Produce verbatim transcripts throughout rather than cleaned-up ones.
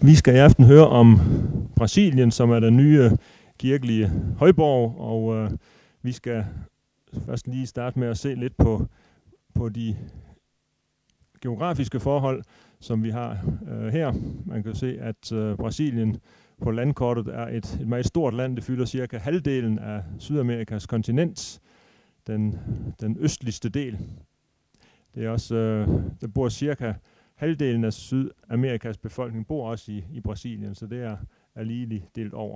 Vi skal i aften høre om Brasilien, som er den nye kirkelige højborg, og øh, vi skal først lige starte med at se lidt på, på de geografiske forhold, som vi har øh, her. Man kan se, at øh, Brasilien på landkortet er et, et meget stort land. Det fylder cirka halvdelen af Sydamerikas kontinent, den, den østligste del. Det er også, øh, der bor cirka halvdelen af Sydamerikas befolkning bor også i, i Brasilien, så det er, er lige delt over.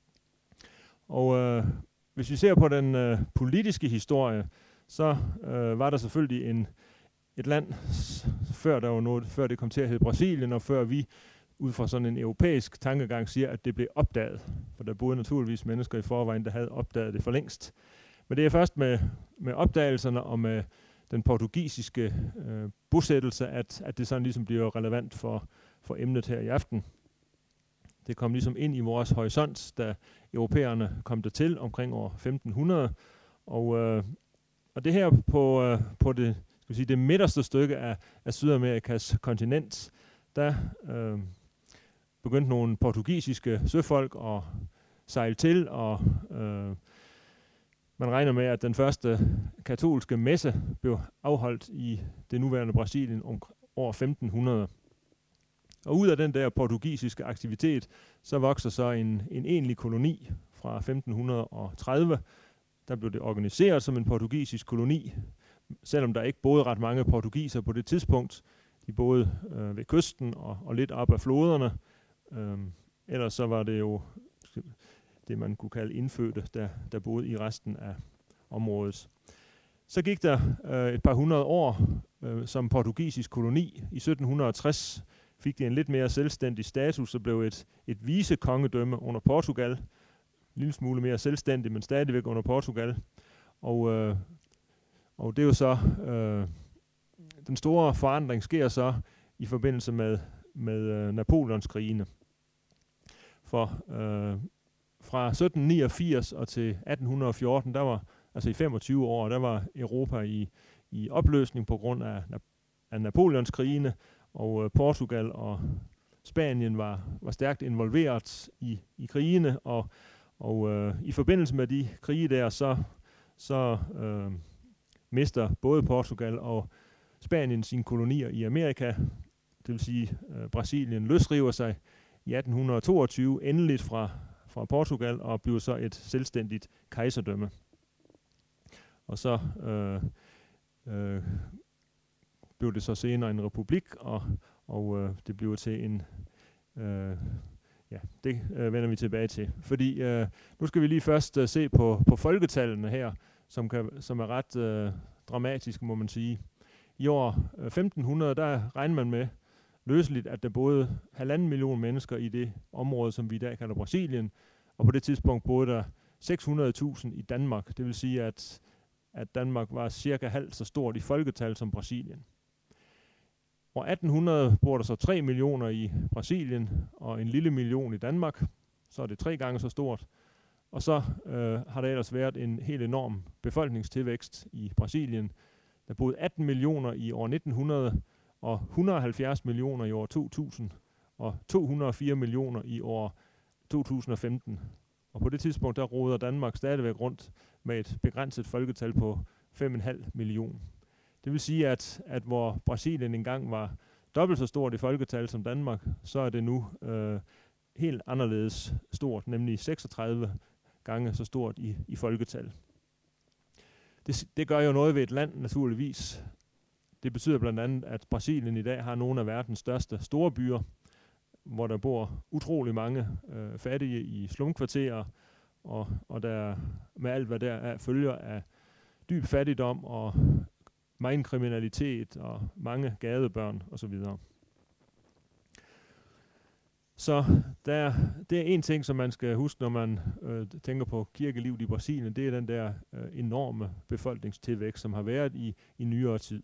Og øh, hvis vi ser på den øh, politiske historie, så øh, var der selvfølgelig en, et land, før, der var noget, før det kom til at hedde Brasilien, og før vi ud fra sådan en europæisk tankegang siger, at det blev opdaget. For der boede naturligvis mennesker i forvejen, der havde opdaget det for længst. Men det er først med, med opdagelserne og med den portugisiske øh, bosættelse, at, at det sådan ligesom bliver relevant for, for emnet her i aften. Det kom ligesom ind i vores horisont, da europæerne kom dertil omkring år femten hundrede. Og, øh, og det her på, øh, på det, skal vi sige, det midterste stykke af, af Sydamerikas kontinent, der øh, begyndte nogle portugisiske søfolk at sejle til, og øh, man regner med, at den første katolske messe blev afholdt i det nuværende Brasilien om år femten hundrede. Og ud af den der portugisiske aktivitet, så vokser så en, en egentlig koloni fra femten tredive. Der blev det organiseret som en portugisisk koloni, selvom der ikke boede ret mange portugiser på det tidspunkt. De boede øh, ved kysten og, og lidt op ad floderne. Øhm, ellers så var det jo det, man kunne kalde indfødte, der, der boede i resten af området. Så gik der øh, et par hundrede år øh, som portugisisk koloni. I sytten tres fik det en lidt mere selvstændig status, og blev et, et vicekongedømme under Portugal. En lille smule mere selvstændig, men stadigvæk under Portugal. Og, øh, og det er jo så, øh, den store forandring sker så i forbindelse med, med øh, Napoleonskrigene. For øh, fra sytten niogfirs og til atten fjorten, der var, altså i femogtyve år, der var Europa i, i opløsning på grund af, af Napoleonskrigene, og øh, Portugal og Spanien var, var stærkt involveret i, i krigene, og, og øh, i forbindelse med de krige der, så, så øh, mister både Portugal og Spanien sine kolonier i Amerika. Det vil sige, øh, Brasilien løsriver sig i atten toogtyve endeligt fra, fra Portugal og bliver så et selvstændigt kejserdømme. Og så øh, øh, blev det så senere en republik, og, og øh, det blev til en... Øh, ja, det øh, vender vi tilbage til. Fordi øh, nu skal vi lige først øh, se på, på folketallene her, som, kan, som er ret øh, dramatiske, må man sige. I år øh, femten hundrede, der regner man med løseligt, at der boede halvanden million mennesker i det område, som vi i dag kalder Brasilien, og på det tidspunkt boede der seks hundrede tusind i Danmark. Det vil sige, at, at Danmark var cirka halvt så stort i folketal som Brasilien. År atten hundrede bor der så tre millioner i Brasilien, og en lille million i Danmark. Så er det tre gange så stort. Og så øh, har der ellers været en helt enorm befolkningstilvækst i Brasilien. Der boede atten millioner i år nitten hundrede, og et hundrede og halvfjerds millioner i år to tusind, og to hundrede og fire millioner i år to tusind og femten. Og på det tidspunkt, der roder Danmark stadigvæk rundt med et begrænset folketal på fem komma fem millioner. Det vil sige, at, at hvor Brasilien engang var dobbelt så stort i folketal som Danmark, så er det nu øh, helt anderledes stort, nemlig seksogtredive gange så stort i, i folketal. Det, det gør jo noget ved et land, naturligvis. Det betyder blandt andet, at Brasilien i dag har nogle af verdens største store byer, hvor der bor utrolig mange øh, fattige i slumkvarterer, og, og der med alt, hvad der er, følger af dyb fattigdom og meget kriminalitet og mange gadebørn osv. Så der, det er en ting, som man skal huske, når man øh, tænker på kirkelivet i Brasilien, det er den der øh, enorme befolkningstilvækst, som har været i, i nyere tid.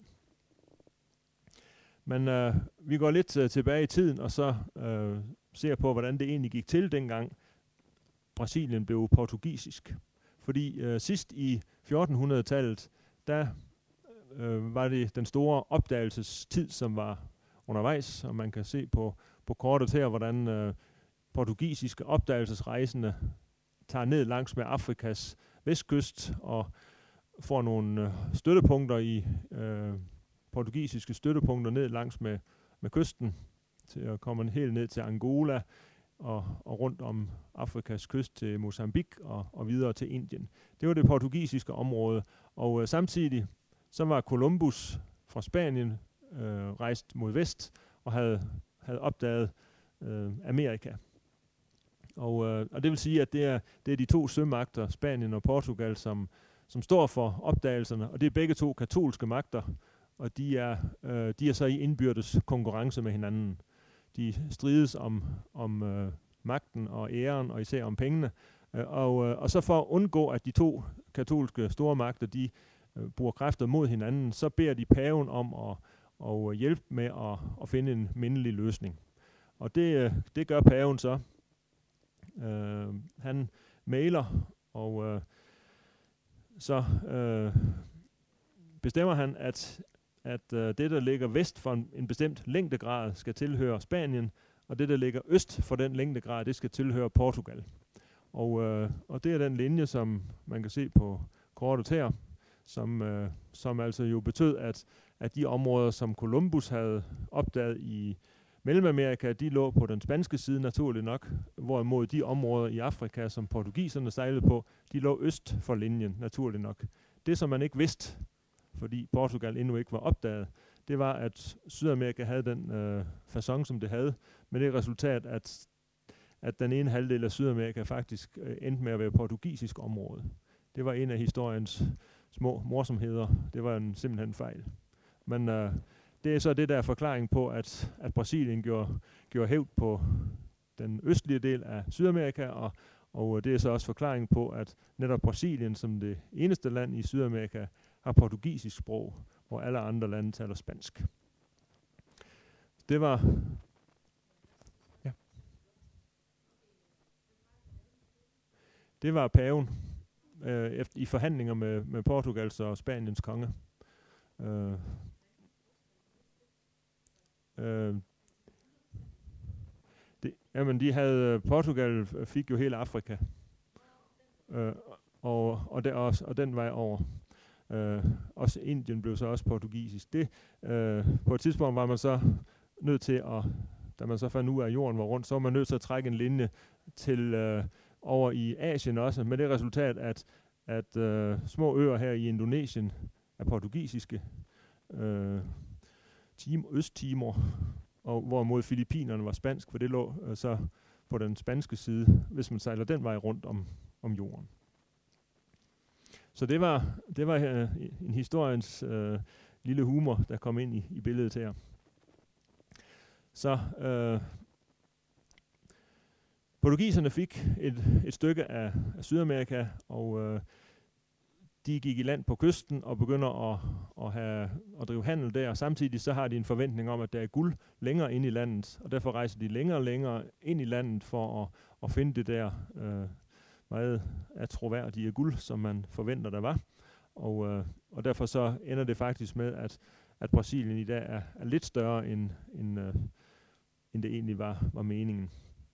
Men øh, vi går lidt øh, tilbage i tiden, og så øh, ser på, hvordan det egentlig gik til, dengang Brasilien blev portugisisk. Fordi øh, sidst i fjortenhundredetallet, der øh, var det den store opdagelsestid, som var undervejs, og man kan se på, på kortet her, hvordan øh, portugisiske opdagelsesrejsende tager ned langs med Afrikas vestkyst og får nogle øh, støttepunkter i øh, portugisiske støttepunkter ned langs med, med kysten, til at komme helt ned til Angola og, og rundt om Afrikas kyst til Mozambique og, og videre til Indien. Det var det portugisiske område, og øh, samtidig så var Columbus fra Spanien øh, rejst mod vest og havde, havde opdaget øh, Amerika. Og, øh, og det vil sige, at det er, det er de to sømagter, Spanien og Portugal, som, som står for opdagelserne, og det er begge to katolske magter, og de er, øh, de er så i indbyrdes konkurrence med hinanden. De strides om, om øh, magten og æren, og især om pengene. Øh, og, øh, og så for at undgå, at de to katolske store magter, de øh, bruger kræfter mod hinanden, så beder de paven om at, at hjælpe med at, at finde en mindelig løsning. Og det, øh, det gør paven så. Øh, han mailer, og øh, så øh, bestemmer han, at at øh, det, der ligger vest for en, en bestemt længdegrad, skal tilhøre Spanien, og det, der ligger øst for den længdegrad, det skal tilhøre Portugal. Og, øh, og det er den linje, som man kan se på kortet her, som, øh, som altså jo betød, at, at de områder, som Columbus havde opdaget i Mellemamerika, de lå på den spanske side naturligt nok, hvorimod de områder i Afrika, som portugiserne sejlede på, de lå øst for linjen naturligt nok. Det, som man ikke vidste, fordi Portugal endnu ikke var opdaget, det var, at Sydamerika havde den øh, facon, som det havde, med det resultat, at, at den ene halvdel af Sydamerika faktisk øh, endte med at være portugisisk område. Det var en af historiens små morsomheder. Det var en simpelthen fejl. Men øh, det er så det der forklaring på, at, at Brasilien gjorde, gjorde hævd på den østlige del af Sydamerika, og, og det er så også forklaring på, at netop Brasilien som det eneste land i Sydamerika har portugisisk sprog, hvor alle andre lande taler spansk. Det var ja. Det var paven øh, efter, i forhandlinger med, med Portugals og Spaniens konge. Øh, øh, det, jamen, de havde Portugal fik jo hele Afrika, øh, og og, der, og og den vej over. Uh, også Indien blev så også portugisisk. Det, uh, på et tidspunkt var man så nødt til at, da man så fandt ud af, at jorden var rundt, så var man nødt til at trække en linje til uh, over i Asien også, med det resultat, at, at uh, små øer her i Indonesien er portugisiske, uh, Tim, Øst-Timor, og hvorimod Filippinerne var spansk, for det lå uh, så på den spanske side, hvis man sejler den vej rundt om, om jorden. Så det var, det var uh, en historiens uh, lille humor, der kom ind i, i billedet her. Så uh, portugiserne fik et, et stykke af, af Sydamerika, og uh, de gik i land på kysten og begynder at, at, have, at drive handel der. Samtidig så har de en forventning om, at der er guld længere ind i landet, og derfor rejser de længere og længere ind i landet for at, at finde det der uh, meget atroværdige guld, som man forventer, der var. Og, øh, og derfor så ender det faktisk med, at, at Brasilien i dag er, er lidt større, end, end, øh, end det egentlig var, var meningen.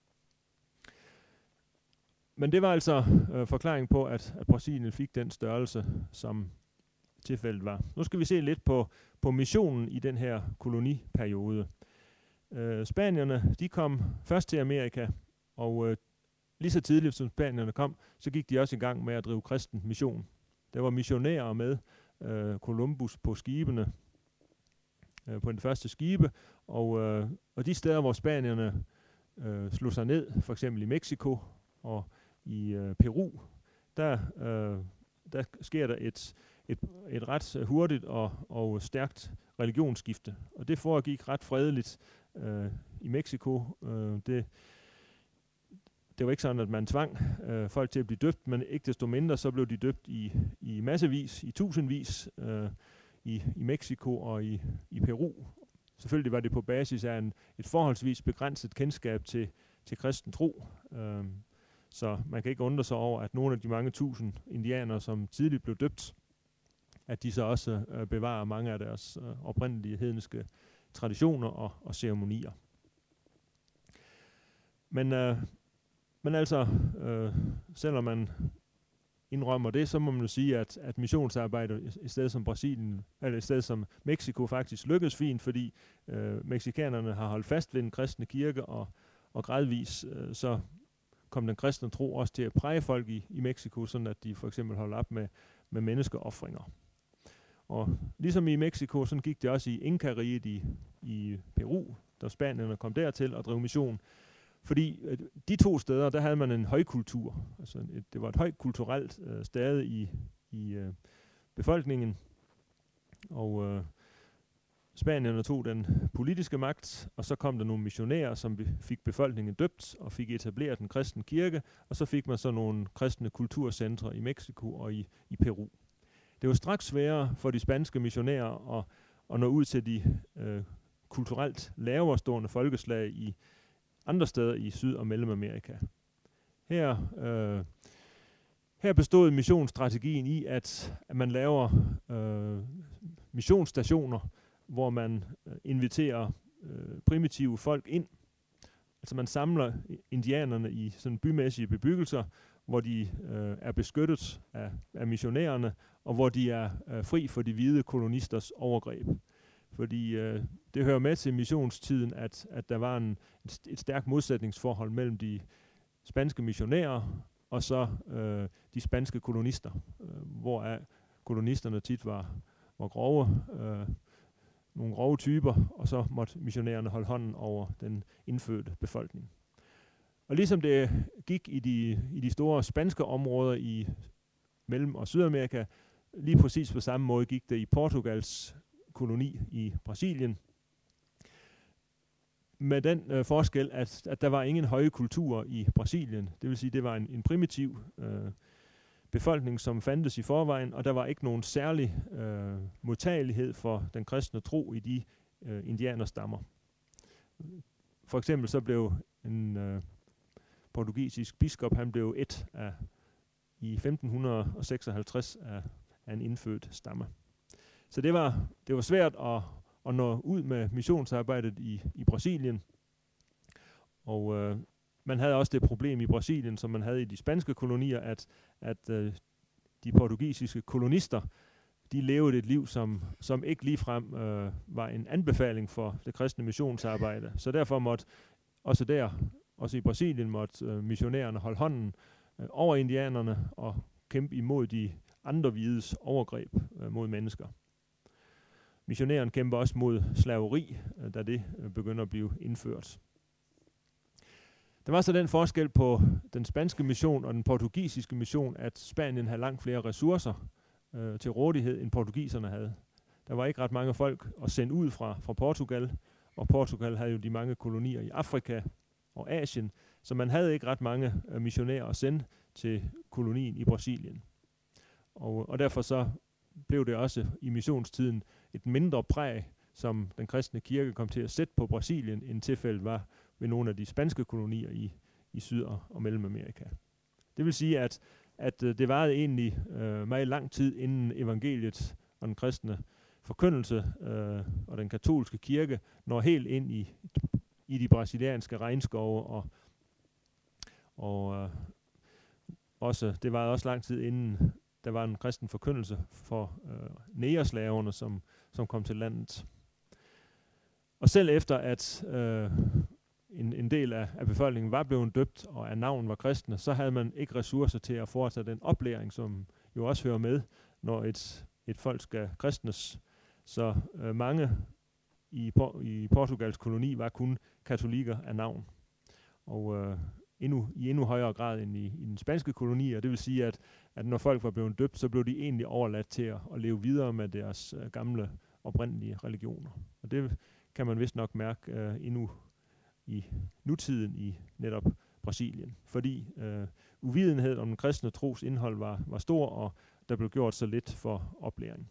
Men det var altså øh, forklaring på, at, at Brasilien fik den størrelse, som tilfældet var. Nu skal vi se lidt på, på missionen i den her koloniperiode. Øh, Spanierne, de kom først til Amerika, og øh, lige så tidligt som spanierne kom, så gik de også i gang med at drive kristen mission. Der var missionærer med øh, Columbus på skibene, øh, på den første skibe, og, øh, og de steder, hvor spanierne øh, slog sig ned, for eksempel i Mexico og i øh, Peru, der, øh, der sker der et, et, et ret hurtigt og, og stærkt religionsskifte. Og det foregik ret fredeligt øh, i Mexico. Øh, det Det var ikke sådan, at man tvang øh, folk til at blive døbt, men ikke desto mindre, så blev de døbt i, i massevis, i tusindvis, øh, i, i Mexico og i, i Peru. Selvfølgelig var det på basis af en, et forholdsvis begrænset kendskab til, til kristen tro. Øh, så man kan ikke undre sig over, at nogle af de mange tusind indianere, som tidligt blev døbt, at de så også øh, bevarer mange af deres øh, oprindelige hedenske traditioner og, og ceremonier. Men, øh, men altså, øh, selvom man indrømmer det, så må man jo sige, at, at missionsarbejdet i stedet som Brasilien, eller i stedet som Mexico faktisk lykkedes fint, fordi øh, mexikanerne har holdt fast ved den kristne kirke, og, og gradvis øh, så kom den kristne tro også til at præge folk i, i Mexico, sådan at de for eksempel holdt op med, med menneskeofringer. Og ligesom i Mexico, så gik det også i Inka-riget i, i Peru, da spanierne kom dertil og drev mission. Fordi øh, de to steder, der havde man en højkultur. Altså et, det var et højt kulturelt øh, stade i, i øh, befolkningen. Og øh, spanierne tog den politiske magt, og så kom der nogle missionærer, som fik befolkningen døbt og fik etableret den kristne kirke, og så fik man så nogle kristne kulturcentre i Mexico og i, i Peru. Det var straks sværere for de spanske missionærer at, at nå ud til de øh, kulturelt lavere stående folkeslag i andre steder i Syd- og Mellemamerika. Her, øh, her bestod missionsstrategien i, at, at man laver øh, missionsstationer, hvor man øh, inviterer øh, primitive folk ind. Altså man samler indianerne i sådan bymæssige bebyggelser, hvor de øh, er beskyttet af, af missionærerne, og hvor de er øh, fri for de hvide kolonisters overgreb. Fordi øh, det hører med til missionstiden, at, at der var en, et stærkt modsætningsforhold mellem de spanske missionærer og så øh, de spanske kolonister, øh, hvor er kolonisterne tit var, var grove, øh, nogle grove typer, og så måtte missionærerne holde hånden over den indfødte befolkning. Og ligesom det gik i de, i de store spanske områder i Mellem- og Sydamerika, lige præcis på samme måde gik det i Portugals koloni i Brasilien, med den øh, forskel, at, at der var ingen høje kulturer i Brasilien. Det vil sige, det var en, en primitiv øh, befolkning, som fandtes i forvejen, og der var ikke nogen særlig øh, modtagelighed for den kristne tro i de øh, indianerstammer. For eksempel så blev en øh, portugisisk biskop, han blev et af i femten seksoghalvtreds af, af en indfødt stamme. Så det var, det var svært at, at nå ud med missionsarbejdet i, i Brasilien. Og øh, man havde også det problem i Brasilien, som man havde i de spanske kolonier, at, at øh, de portugisiske kolonister, de levede et liv, som, som ikke ligefrem øh, var en anbefaling for det kristne missionsarbejde. Så derfor måtte også der, også i Brasilien, måtte øh, missionærerne holde hånden øh, over indianerne og kæmpe imod de andre hvides overgreb øh, mod mennesker. Missionæren kæmper også mod slaveri, øh, da det øh, begynder at blive indført. Der var så den forskel på den spanske mission og den portugisiske mission, at Spanien havde langt flere ressourcer øh, til rådighed, end portugiserne havde. Der var ikke ret mange folk at sende ud fra, fra Portugal, og Portugal havde jo de mange kolonier i Afrika og Asien, så man havde ikke ret mange øh, missionærer at sende til kolonien i Brasilien. Og, og derfor så blev det også i missionstiden et mindre præg, som den kristne kirke kom til at sætte på Brasilien, end tilfældet var ved nogle af de spanske kolonier i, i Syd- og Mellemamerika. Det vil sige, at, at det varede egentlig øh, meget lang tid, inden evangeliet og den kristne forkyndelse øh, og den katolske kirke når helt ind i, i de brasilianske regnskove, og, og øh, også, det varede også lang tid, inden der var en kristen forkyndelse for øh, negerslaverne, som, som kom til landet. Og selv efter, at øh, en, en del af, af befolkningen var blevet døbt, og af navn var kristne, så havde man ikke ressourcer til at foretage den oplæring, som jo også hører med, når et, et folk skal kristnes. Så øh, mange i, i Portugals koloni var kun katolikker af navn. Og øh, endnu, i endnu højere grad end i, i den spanske koloni, og det vil sige, at, at når folk var blevet døbt, så blev de egentlig overladt til at, at leve videre med deres øh, gamle, oprindelige religioner. Og det kan man vist nok mærke øh, endnu i nutiden i netop Brasilien, fordi øh, uvidenhed om den kristne tros indhold var, var stor, og der blev gjort så lidt for oplæring.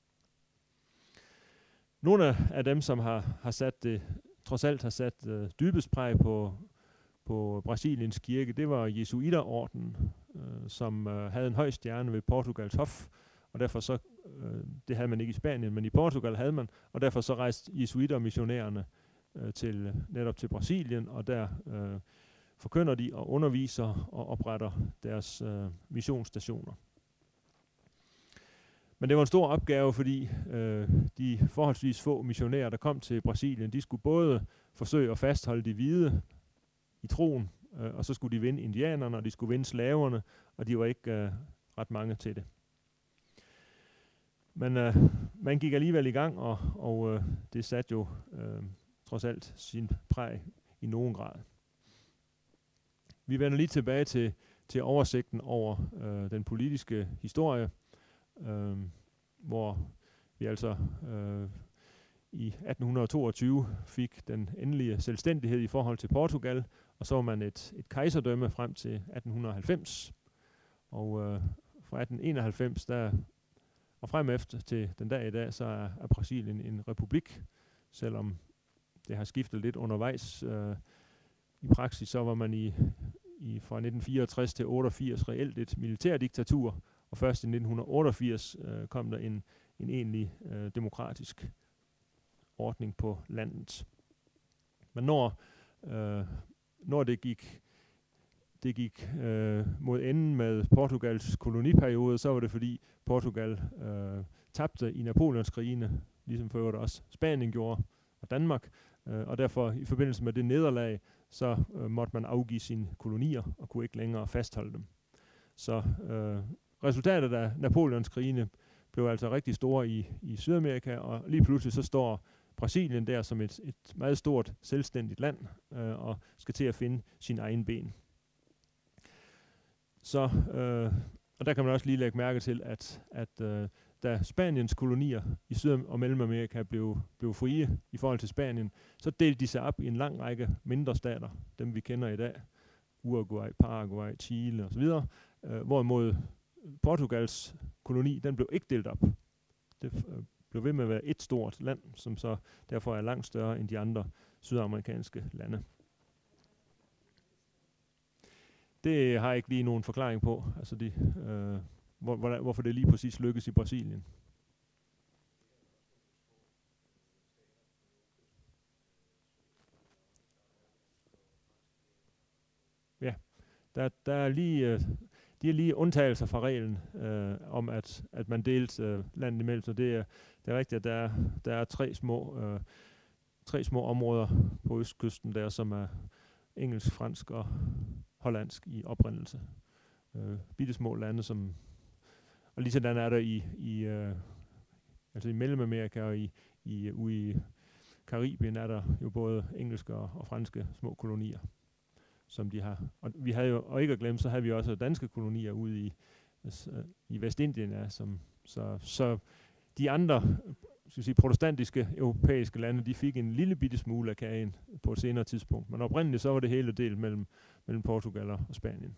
Nogle af dem, som har, har sat det, trods alt har sat øh, dybest præg på, på Brasiliens kirke, det var Jesuiterordenen, øh, som øh, havde en høj stjerne ved Portugals hof, og derfor så, øh, det havde man ikke i Spanien, men i Portugal havde man, og derfor så rejste jesuitermissionærerne øh, til, netop til Brasilien, og der øh, forkynder de og underviser og opretter deres øh, missionsstationer. Men det var en stor opgave, fordi øh, de forholdsvis få missionærer, der kom til Brasilien, de skulle både forsøge at fastholde de hvide i troen, øh, og så skulle de vinde indianerne, og de skulle vinde slaverne, og de var ikke øh, ret mange til det. Men øh, man gik alligevel i gang, og, og øh, det satte jo øh, trods alt sin præg i nogen grad. Vi vender lige tilbage til, til oversigten over øh, den politiske historie, øh, hvor vi altså øh, i atten toogtyve fik den endelige selvstændighed i forhold til Portugal, og så var man et, et kejserdømme frem til atten halvfems, og øh, fra atten enoghalvfems der, og frem efter til den dag i dag, så er, er Brasilien en republik, selvom det har skiftet lidt undervejs. Øh, I praksis så var man i, i fra nitten fireogtres til otteogfirs reelt et militærdiktatur, og først i nitten otteogfirs øh, kom der en, en egentlig øh, demokratisk ordning på landet. Men når, øh, når det gik, det gik øh, mod enden med Portugals koloniperiode, så var det fordi Portugal øh, tabte i Napoleonskrigene, ligesom for øvrigt også Spanien gjorde, og Danmark, øh, og derfor i forbindelse med det nederlag, så øh, måtte man afgive sine kolonier og kunne ikke længere fastholde dem. Så øh, resultatet af Napoleonskrigene blev altså rigtig store i, i Sydamerika, og lige pludselig så står Brasilien der som et, et meget stort selvstændigt land, øh, og skal til at finde sin egen ben. Så, øh, og der kan man også lige lægge mærke til, at, at øh, da Spaniens kolonier i Syd- og Mellemamerika blev, blev frie i forhold til Spanien, så delte de sig op i en lang række mindre stater, dem vi kender i dag, Uruguay, Paraguay, Chile osv., øh, hvorimod Portugals koloni, den blev ikke delt op. Det øh, blev ved med at være et stort land, som så derfor er langt større end de andre sydamerikanske lande. Det har jeg ikke lige nogen forklaring på, altså de, øh, hvor, hvor, hvorfor det lige præcis lykkes i Brasilien. Ja, der, der er lige, øh, de er lige undtagelser fra reglen øh, om, at, at man delte øh, landet imellem, så det er, det er rigtigt, at der er, der er tre, små, øh, tre små områder på østkysten der, som er engelsk, fransk og hollandsk i oprindelse. Øh, bitte små lande, som og lige sådan er der i i øh, altså i Mellemamerika og i i ude i Karibien er der jo både engelske og, og franske små kolonier, som de har. Og vi havde jo, og ikke at glemme, så havde vi også danske kolonier ude i altså, i Vestindien, ja, som så så de andre skal sige, protestantiske europæiske lande, de fik en lille bitte smule af kagen på et senere tidspunkt. Men oprindeligt så var det hele delt mellem, mellem Portugal og Spanien.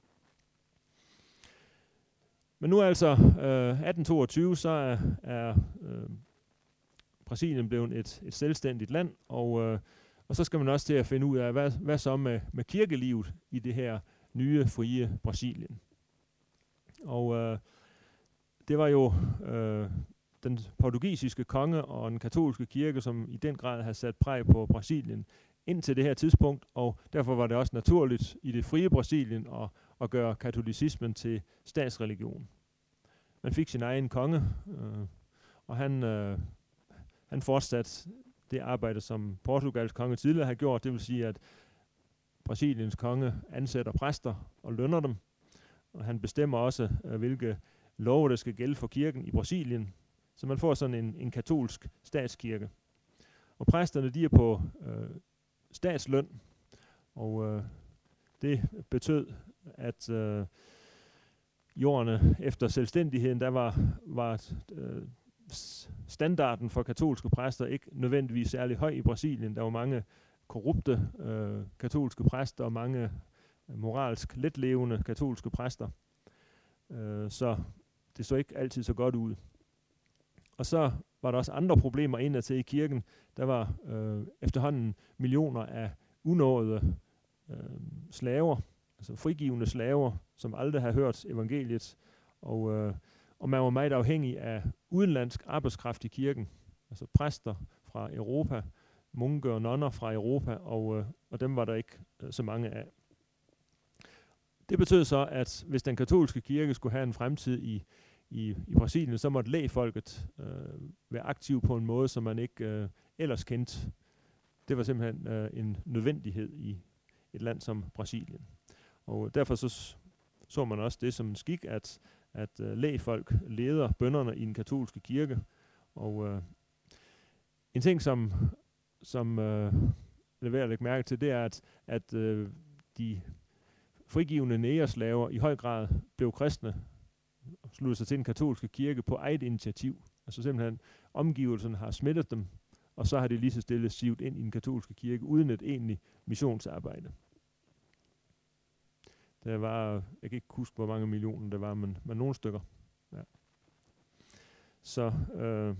Men nu er altså øh, atten toogtyve, så er, er øh, Brasilien blevet et, et selvstændigt land, og, øh, og så skal man også til at finde ud af, hvad, hvad så med, med kirkelivet i det her nye, frie Brasilien. Og øh, det var jo øh, den portugisiske konge og den katolske kirke, som i den grad har sat præg på Brasilien indtil det her tidspunkt, og derfor var det også naturligt i det frie Brasilien at, at gøre katolicismen til statsreligion. Man fik sin egen konge, øh, og han, øh, han fortsatte det arbejde, som Portugals konge tidligere har gjort, det vil sige, at Brasiliens konge ansætter præster og lønner dem, og han bestemmer også, øh, hvilke love, der skal gælde for kirken i Brasilien, så man får sådan en, en katolsk statskirke. Og præsterne, de er på øh, statsløn, og øh, det betød, at øh, jordene efter selvstændigheden, der var, var øh, standarden for katolske præster ikke nødvendigvis særlig høj i Brasilien. Der var mange korrupte øh, katolske præster og mange øh, moralsk letlevende katolske præster. Øh, så det så ikke altid så godt ud. Og så var der også andre problemer indadtil i kirken. Der var øh, efterhånden millioner af unåede øh, slaver, altså frigivende slaver, som aldrig havde hørt evangeliet. Og, øh, og man var meget afhængig af udenlandsk arbejdskraft i kirken, altså præster fra Europa, munke og nonner fra Europa, og, øh, og dem var der ikke øh, så mange af. det betød så, at hvis den katolske kirke skulle have en fremtid i, i, i Brasilien, så måtte lægfolket øh, være aktiv på en måde, som man ikke øh, ellers kendte. Det var simpelthen øh, en nødvendighed i et land som Brasilien. Og derfor så, så man også det som en skik, at, at øh, lægfolk leder bønnerne i den katolske kirke. Og øh, en ting, som, som øh, er værd at lægge mærke til, det er, at, at øh, de frigivne negerslaver i høj grad blev kristne og sluttede sig til den katolske kirke på eget initiativ. Altså simpelthen omgivelserne har smittet dem, og så har de lige så stille sivet ind i den katolske kirke, uden et egentligt missionsarbejde. Der var, jeg kan ikke huske, hvor mange millioner der var, men, men nogle stykker. Ja. Så øh,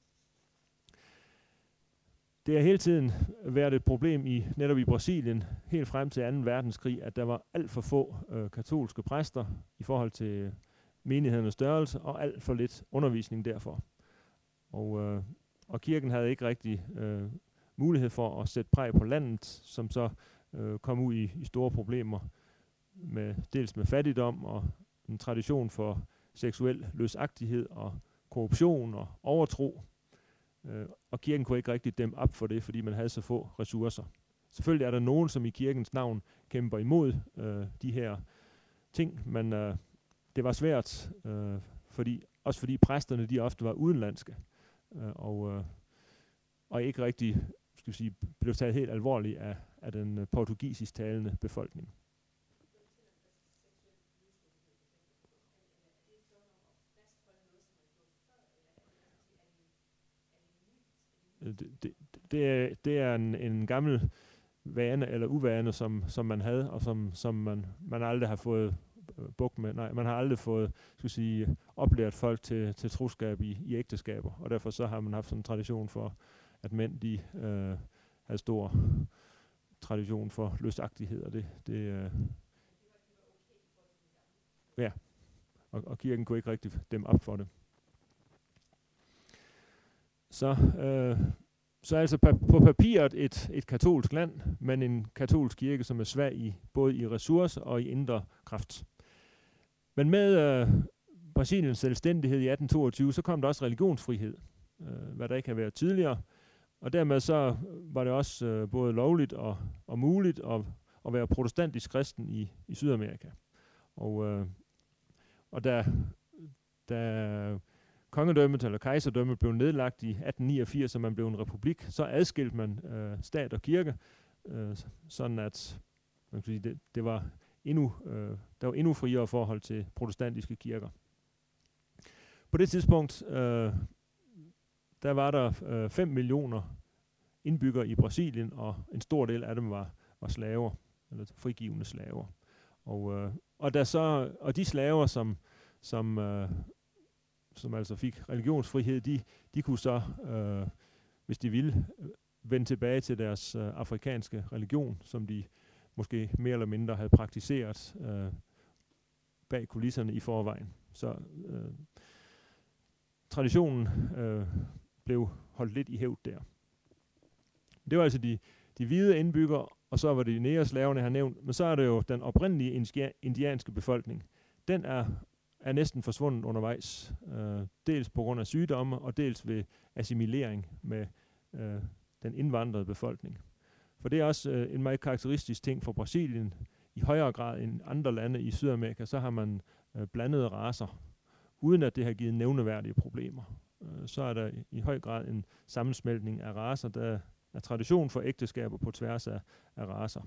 det har hele tiden været et problem i netop i Brasilien, helt frem til anden verdenskrig, at der var alt for få øh, katolske præster i forhold til menighedernes størrelse, og alt for lidt undervisning derfor. Og, øh, og kirken havde ikke rigtig øh, mulighed for at sætte præg på landet, som så øh, kom ud i, i store problemer, med, dels med fattigdom og en tradition for seksuel løsagtighed og korruption og overtro. Øh, og kirken kunne ikke rigtig dæmme op for det, fordi man havde så få ressourcer. Selvfølgelig er der nogen, som i kirkens navn kæmper imod øh, de her ting, men øh, det var svært, øh, fordi, også fordi præsterne de ofte var udenlandske, øh, og, øh, og ikke rigtig skal vi sige, blev taget helt alvorligt af, af den øh, portugisisk talende befolkning. Det, det, det, er, det er en, en gammel vane eller uvane, som, som man havde, og som, som man, man aldrig har fået bugt med. Nej, man har aldrig fået, skal sige, oplært folk til, til troskab i, i ægteskaber, og derfor så har man haft sådan en tradition for, at mænd, de øh, havde stor tradition for løsagtighed, og det, det øh, ja, og, og kirken kunne ikke rigtig dæmme op for det. Så, øh, så altså pa- på papiret et, et katolsk land, men en katolsk kirke, som er svag i både i ressourcer og i indre kraft. Men med øh, Brasiliens selvstændighed i atten toogtyve, så kom der også religionsfrihed, øh, hvad der ikke har været tidligere. Og dermed så var det også øh, både lovligt og, og muligt at, at være protestantisk kristen i, i Sydamerika. Og, øh, og da, da kongedømmet eller kejserdømmet blev nedlagt i atten niogfirs, og man blev en republik, så adskilte man øh, stat og kirke, øh, sådan at man kan sige, det, det var endnu, øh, der var endnu friere forhold til protestantiske kirker. På det tidspunkt, øh, der var der øh, fem millioner indbyggere i Brasilien, og en stor del af dem var, var slaver, eller frigivne slaver. Og, øh, og, der så, og de slaver, som, som, øh, som altså fik religionsfrihed, de, de kunne så, øh, hvis de ville, vende tilbage til deres øh, afrikanske religion, som de måske mere eller mindre havde praktiseret øh, bag kulisserne i forvejen. Så øh, traditionen øh, blev holdt lidt i hævd der. Det var altså de, de hvide indbyggere, og så var det de negerslaverne, jeg har nævnt, men så er det jo den oprindelige indianske befolkning. Den er, er næsten forsvundet undervejs, øh, dels på grund af sygdomme, og dels ved assimilering med øh, den indvandrede befolkning. For det er også øh, en meget karakteristisk ting for Brasilien. I højere grad end andre lande i Sydamerika, så har man øh, blandede racer, uden at det har givet nævneværdige problemer. Øh, så er der i, i høj grad en sammensmeltning af racer, der er tradition for ægteskaber på tværs af, af racer.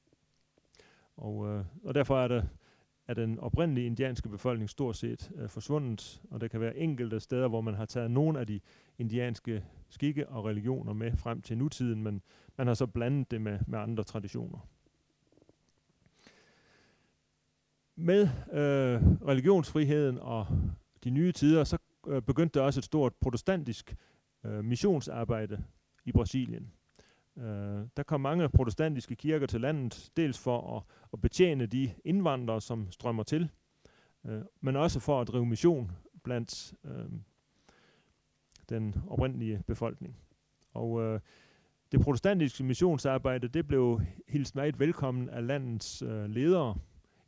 Og, øh, og derfor er, der, er den oprindelige indianske befolkning stort set øh, forsvundet, og der kan være enkelte steder, hvor man har taget nogle af de indianske skikke og religioner med frem til nutiden, men man har så blandet det med, med andre traditioner. Med øh, religionsfriheden og de nye tider, så øh, begyndte der også et stort protestantisk øh, missionsarbejde i Brasilien. Uh, der kom mange protestantiske kirker til landet, dels for at, at betjene de indvandrere, som strømmer til, uh, men også for at drive mission blandt uh, den oprindelige befolkning. Og uh, det protestantiske missionsarbejde, det blev hilst meget velkommen af landets uh, ledere.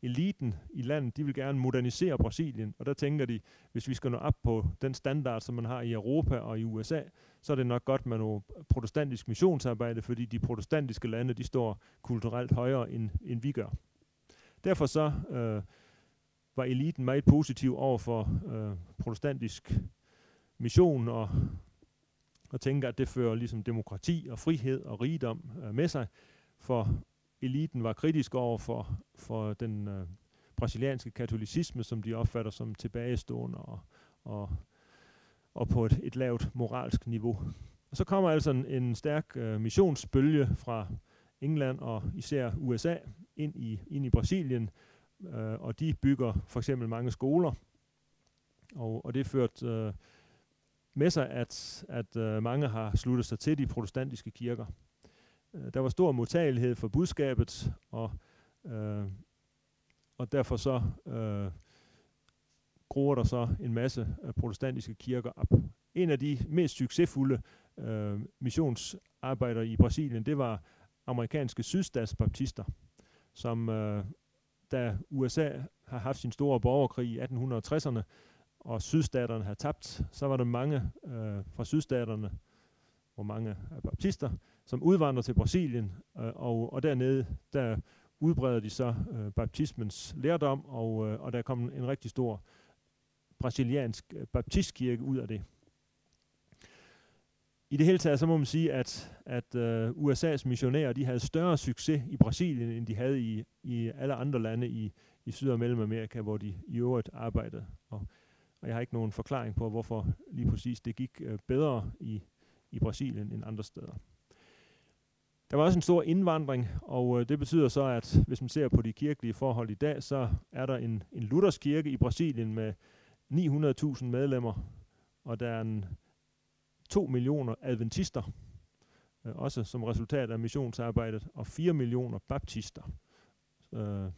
eliten i landet, de vil gerne modernisere Brasilien, og der tænker de, hvis vi skal nå op på den standard, som man har i Europa og i U S A, så er det nok godt med noget protestantisk missionsarbejde, fordi de protestantiske lande, de står kulturelt højere, end, end vi gør. Derfor så øh, var eliten meget positiv over for øh, protestantisk mission, og, og tænker, at det fører ligesom demokrati og frihed og rigdom øh, med sig, for eliten var kritisk over for, for den øh, brasilianske katolicisme, som de opfatter som tilbagestående og, og, og på et, et lavt moralsk niveau. Og så kommer altså en, en stærk øh, missionsbølge fra England og især U S A ind i, ind i Brasilien, øh, og de bygger for eksempel mange skoler, og, og det ført øh, med sig, at, at øh, mange har sluttet sig til de protestantiske kirker. Der var stor modtagelighed for budskabet, og, øh, og derfor så øh, gror der så en masse øh, protestantiske kirker op. En af de mest succesfulde øh, missionsarbejdere i Brasilien, det var amerikanske sydstatsbaptister, som øh, da U S A har haft sin store borgerkrig i atten tresserne, og sydstaterne har tabt, så var der mange øh, fra sydstaterne, hvor mange er baptister, som udvandrer til Brasilien, øh, og, og dernede, der udbreder de så øh, baptismens lærdom, og, øh, og der kom en rigtig stor brasiliansk øh, baptistkirke ud af det. I det hele taget, så må man sige, at, at øh, U S A's missionærer, de havde større succes i Brasilien, end de havde i, i alle andre lande i, i Syd- og Mellemamerika, hvor de i øvrigt arbejdede. Og, og jeg har ikke nogen forklaring på, hvorfor lige præcis det gik øh, bedre i, i Brasilien end andre steder. Der var også en stor indvandring, og øh, det betyder så, at hvis man ser på de kirkelige forhold i dag, så er der en, en luthersk kirke i Brasilien med ni hundrede tusind medlemmer, og der er en to millioner adventister, øh, også som resultat af missionsarbejdet, og fire millioner baptister. Øh,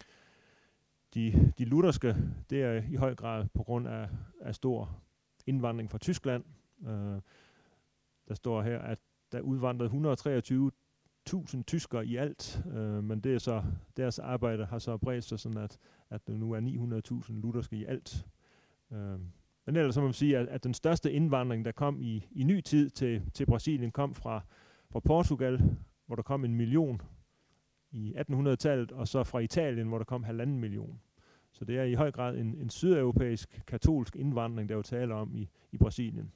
de, de lutherske, det er i høj grad på grund af, af stor indvandring fra Tyskland. Øh, der står her, at der udvandrede et hundrede og treogtyve tusind tyskere i alt, øh, men det er så, deres arbejde har så bredt sig sådan, at, at der nu er ni hundrede tusind lutherske i alt. Øh, men ellers så må man sige, at, at den største indvandring, der kom i, i ny tid til, til Brasilien, kom fra, fra Portugal, hvor der kom en million i attenhundredetallet, og så fra Italien, hvor der kom halvanden million. Så det er i høj grad en, en sydeuropæisk katolsk indvandring, der jo taler om i, i Brasilien.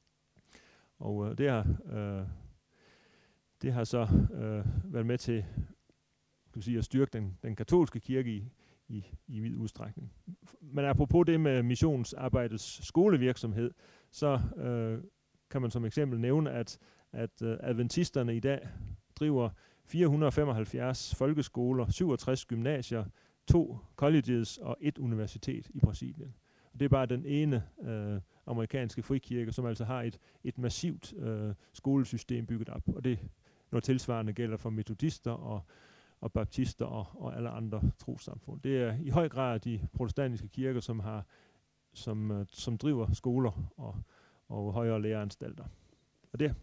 Og øh, det har øh, det har så øh, været med til, kan sige, at styrke den, den katolske kirke i, i, i vid udstrækning. Men apropos det med missionsarbejdets skolevirksomhed, så øh, kan man som eksempel nævne, at, at øh, adventisterne i dag driver fire hundrede og femoghalvfjerds folkeskoler, syvogtres gymnasier, to colleges og et universitet i Brasilien. Og det er bare den ene øh, amerikanske frikirke, som altså har et, et massivt øh, skolesystem bygget op. Og det noget tilsvarende gælder for metodister og, og baptister og, og alle andre trossamfund. Det er i høj grad de protestantiske kirker, som har som, øh, som driver skoler og, og højere læreanstalter. Og det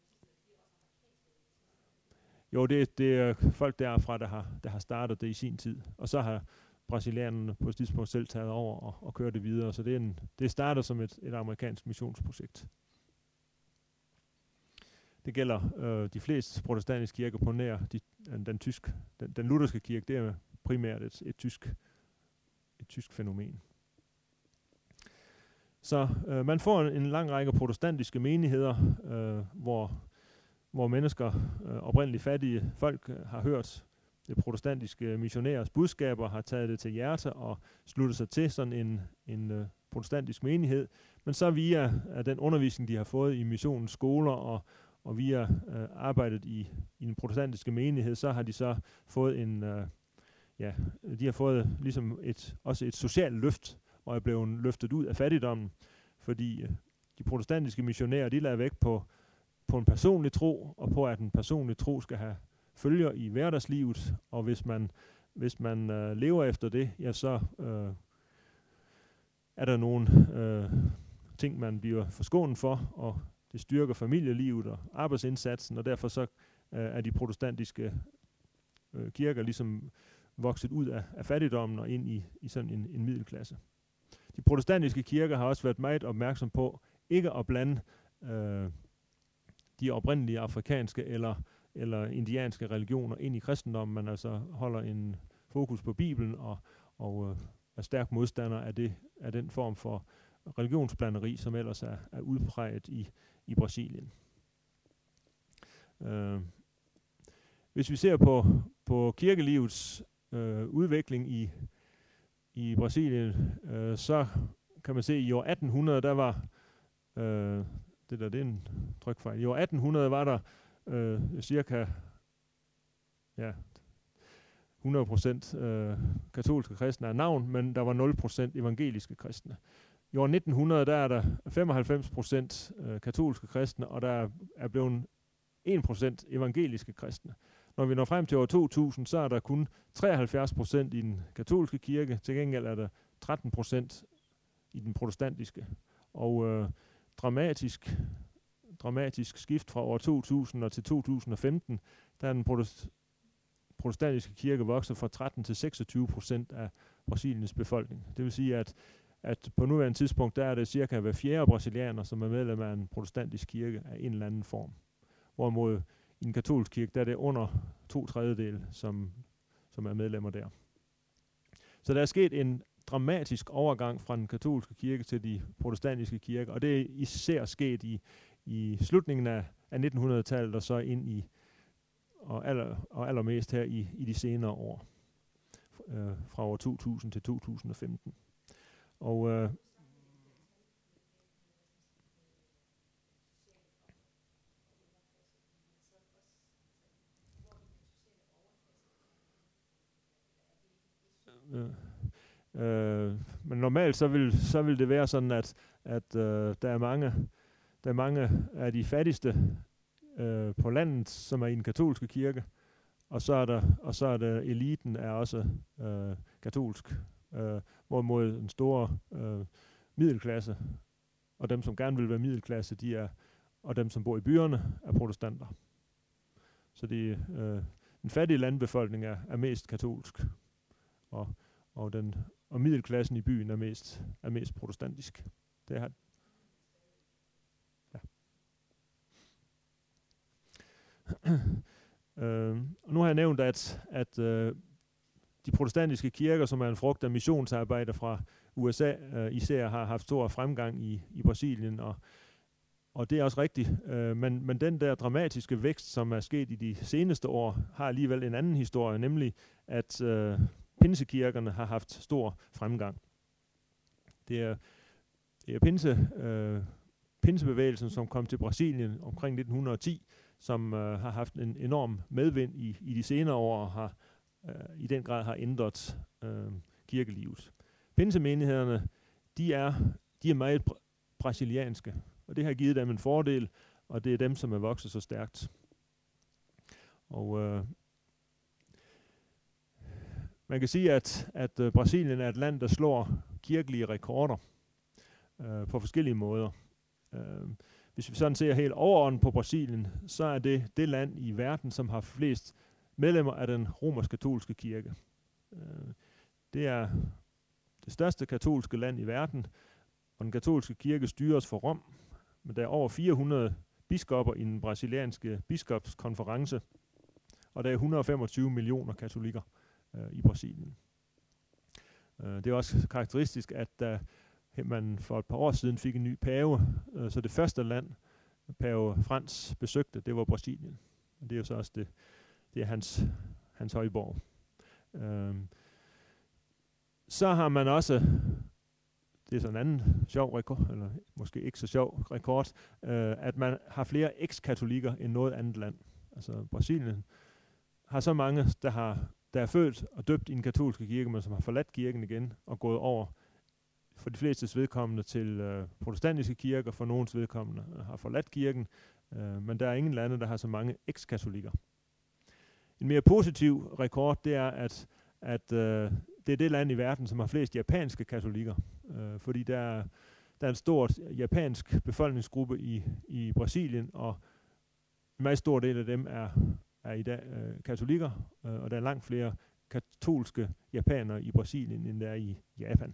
Jo, det, det er folk derfra, der har, der har startet det i sin tid. Og så har brasilianerne på et tidspunkt selv taget over og, og kørt det videre. Så det, er en, det starter som et, et amerikansk missionsprojekt. Det gælder øh, de fleste protestantiske kirker på nær de, den, den, tysk, den, den lutherske kirke. Det er primært et, et, tysk, et tysk fænomen. Så øh, man får en, en lang række protestantiske menigheder, øh, hvor, hvor mennesker, øh, oprindeligt fattige folk, øh, har hørt det protestantiske missionærers budskaber, har taget det til hjerte og sluttet sig til sådan en, en øh, protestantisk menighed. Men så via øh, den undervisning, de har fået i missionens skoler og, og via øh, arbejdet i, i den protestantiske menighed, så har de så fået en, øh, ja, de har fået ligesom et, også et socialt løft, og er blevet løftet ud af fattigdommen, fordi øh, de protestantiske missionærer, de lader væk på, på en personlig tro, og på at en personlig tro skal have følger i hverdagslivet, og hvis man, hvis man øh, lever efter det, ja, så øh, er der nogle øh, ting, man bliver forskånet for, og det styrker familielivet og arbejdsindsatsen, og derfor så øh, er de protestantiske øh, kirker ligesom vokset ud af, af fattigdommen og ind i, i sådan en, en middelklasse. De protestantiske kirker har også været meget opmærksom på ikke at blande øh, de oprindelige afrikanske eller, eller indianske religioner ind i kristendommen, men altså holder en fokus på Bibelen og, og øh, er stærk modstander af, det, af den form for religionsblanderi, som ellers er, er udpræget i, i Brasilien. Øh, hvis vi ser på, på kirkelivets øh, udvikling i, i Brasilien, øh, så kan man se, at i år atten hundrede, der var, øh, det der det er en trykfejl, i år atten hundrede var der øh, cirka ja, hundrede procent øh, katolske kristne af navn, men der var nul procent evangeliske kristne. I år nitten hundrede, der er der femoghalvfems procent øh, katolske kristne, og der er blevet en procent evangeliske kristne. Når vi når frem til år to tusind, så er der kun treoghalvfjerds procent i den katolske kirke, til gengæld er der tretten procent i den protestantiske. Og øh, dramatisk, dramatisk skift fra år to tusind og til to tusind og femten, der er den protest- protestantiske kirke vokset fra tretten til seksogtyve procent af Brasiliens befolkning. Det vil sige, at, at på nuværende tidspunkt, der er det cirka hver fjerde brasilianer, som er medlem af en protestantisk kirke af en eller anden form. Hvorimod i en katolsk kirke, der er det under to tredjedel, som, som er medlemmer der. Så der er sket en dramatisk overgang fra den katolske kirke til de protestantiske kirker, og det er især sket i, i slutningen af, af nitten hundrede-tallet og så ind i, og, aller, og allermest her i, i de senere år, øh, fra år to tusind til to tusind og femten. Og øh, Øh, øh, men normalt så vil, så vil det være sådan, at, at øh, der, er mange, der er mange af de fattigste øh, på landet, som er i den katolske kirke, og så er der, og så er der eliten er også øh, katolsk, øh, hvorimod den store øh, middelklasse, og dem, som gerne vil være middelklasse, de er, og dem, som bor i byerne, er protestanter. Så de, øh, den fattige landbefolkning er, er mest katolsk. Og, og, den, og middelklassen i byen er mest, er mest protestantisk. Det er, ja. øh, og nu har jeg nævnt, at, at øh, de protestantiske kirker, som er en frugt af missionsarbejder fra U S A, øh, især har haft stor fremgang i, i Brasilien, og, og det er også rigtigt. Øh, men, men den der dramatiske vækst, som er sket i de seneste år, har alligevel en anden historie, nemlig at øh, pinsekirkerne har haft stor fremgang. Det er, det er pinse, øh, pinsebevægelsen, som kom til Brasilien omkring nitten ti, som øh, har haft en enorm medvind i, i de senere år, og har øh, i den grad har ændret øh, kirkelivet. Pinsemenighederne, de er, de er meget br- brasilianske, og det har givet dem en fordel, og det er dem, som er vokset så stærkt. Og øh, man kan sige, at, at uh, Brasilien er et land, der slår kirkelige rekorder uh, på forskellige måder. Uh, hvis vi sådan ser helt overordnet på Brasilien, så er det det land i verden, som har flest medlemmer af den romersk-katolske kirke. Uh, det er det største katolske land i verden, og den katolske kirke styres fra Rom, men der er over fire hundrede biskopper i den brasilianske biskopskonference, og der er et hundrede og femogtyve millioner katolikker i Brasilien. Uh, det er også karakteristisk, at da man for et par år siden fik en ny pave, uh, så det første land, pave Frans besøgte, det var Brasilien. Og det er jo så også det, det er hans, hans højborg. Uh, så har man også, det er sådan en anden sjov rekord, eller måske ikke så sjov rekord, uh, at man har flere eks-katolikker end noget andet land. Altså Brasilien har så mange, der har der er født og døbt i en katolske kirke, men som har forladt kirken igen og gået over for de flestes vedkommende til øh, protestantiske kirker, for nogens vedkommende har forladt kirken, øh, men der er ingen lande, der har så mange eks-katolikker. En mere positiv rekord, det er, at, at øh, det er det land i verden, som har flest japanske katolikker, øh, fordi der er, der er en stor japansk befolkningsgruppe i, i Brasilien, og en meget stor del af dem er er i dag øh, katolikker, øh, og der er langt flere katolske japanere i Brasilien, end der er i Japan.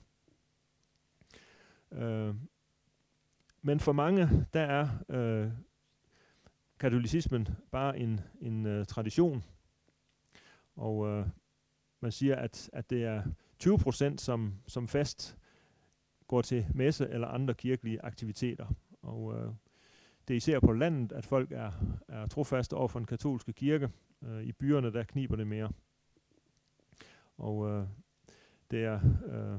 Øh, men for mange, der er øh, katolicismen bare en, en øh, tradition, og øh, man siger, at, at det er tyve procent, som, som fast går til messe eller andre kirkelige aktiviteter. Og øh, det er især på landet, at folk er, er trofaste over for den katolske kirke. Øh, I byerne, der kniber det mere. Og øh, det er øh,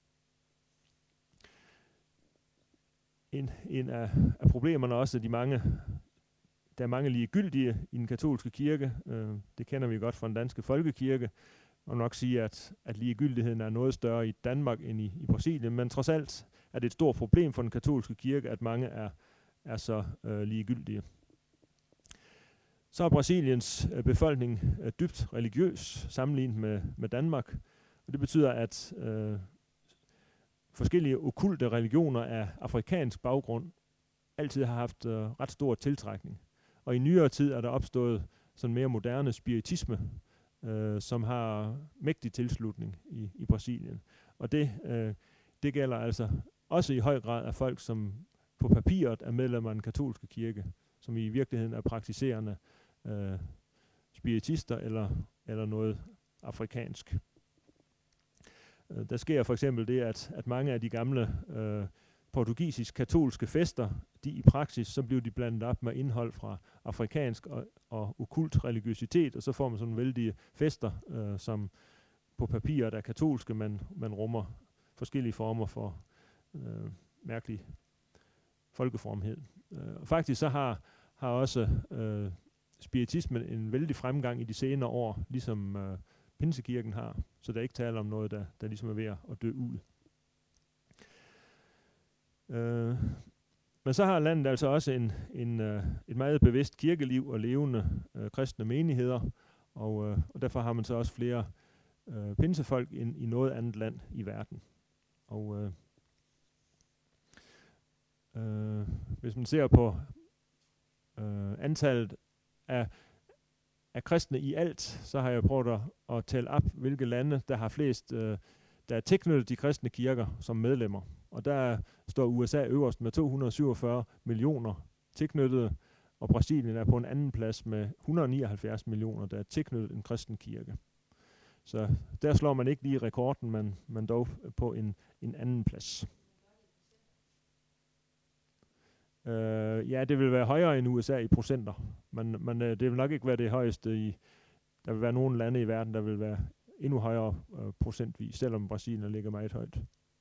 en, en af, af problemerne også, de mange, der er mange ligegyldige i den katolske kirke. Øh, det kender vi godt fra den danske folkekirke. Og nok sige, at, at ligegyldigheden er noget større i Danmark end i, i Brasilien, men trods alt er det et stort problem for den katolske kirke, at mange er, er så øh, ligegyldige. Så er Brasiliens øh, befolkning øh, dybt religiøs sammenlignet med, med Danmark, og det betyder, at øh, forskellige okkulte religioner af afrikansk baggrund altid har haft øh, ret stor tiltrækning. Og i nyere tid er der opstået sådan mere moderne spiritisme, Øh, som har mægtig tilslutning i, i Brasilien. Og det, øh, det gælder altså også i høj grad af folk, som på papiret er medlemmer af den katolske kirke, som i virkeligheden er praktiserende øh, spiritister eller, eller noget afrikansk. Øh, der sker for eksempel det, at, at mange af de gamle øh, portugisisk-katolske fester, de i praksis, så bliver de blandet op med indhold fra afrikansk og, og okkult religiøsitet, og så får man sådan vældige fester, øh, som på papiret er katolske, men man rummer forskellige former for øh, mærkelig folkeformhed. Øh, og faktisk så har, har også øh, spiritismen en vældig fremgang i de senere år, ligesom øh, Pinsekirken har, så der er ikke tale om noget, der, der ligesom er ved at dø ud. Øh, men så har landet altså også en, en, uh, et meget bevidst kirkeliv og levende uh, kristne menigheder, og, uh, og derfor har man så også flere uh, pinsefolk end i noget andet land i verden. Og uh, uh, hvis man ser på uh, antallet af, af kristne i alt, så har jeg prøvet at, at tælle op, hvilke lande, der har flest, uh, der er tilknyttet de kristne kirker som medlemmer. Og der står U S A øverst med to hundrede syvogfyrre millioner tilknyttede, og Brasilien er på en anden plads med et hundrede nioghalvfjerds millioner, der er tilknyttet en kristen kirke. Så der slår man ikke lige rekorden, men, men dog på en, en anden plads. Uh, ja, det vil være højere end U S A i procenter, men, men uh, det vil nok ikke være det højeste i. Der vil være nogle lande i verden, der vil være endnu højere uh, procentvis, selvom Brasilien ligger meget højt.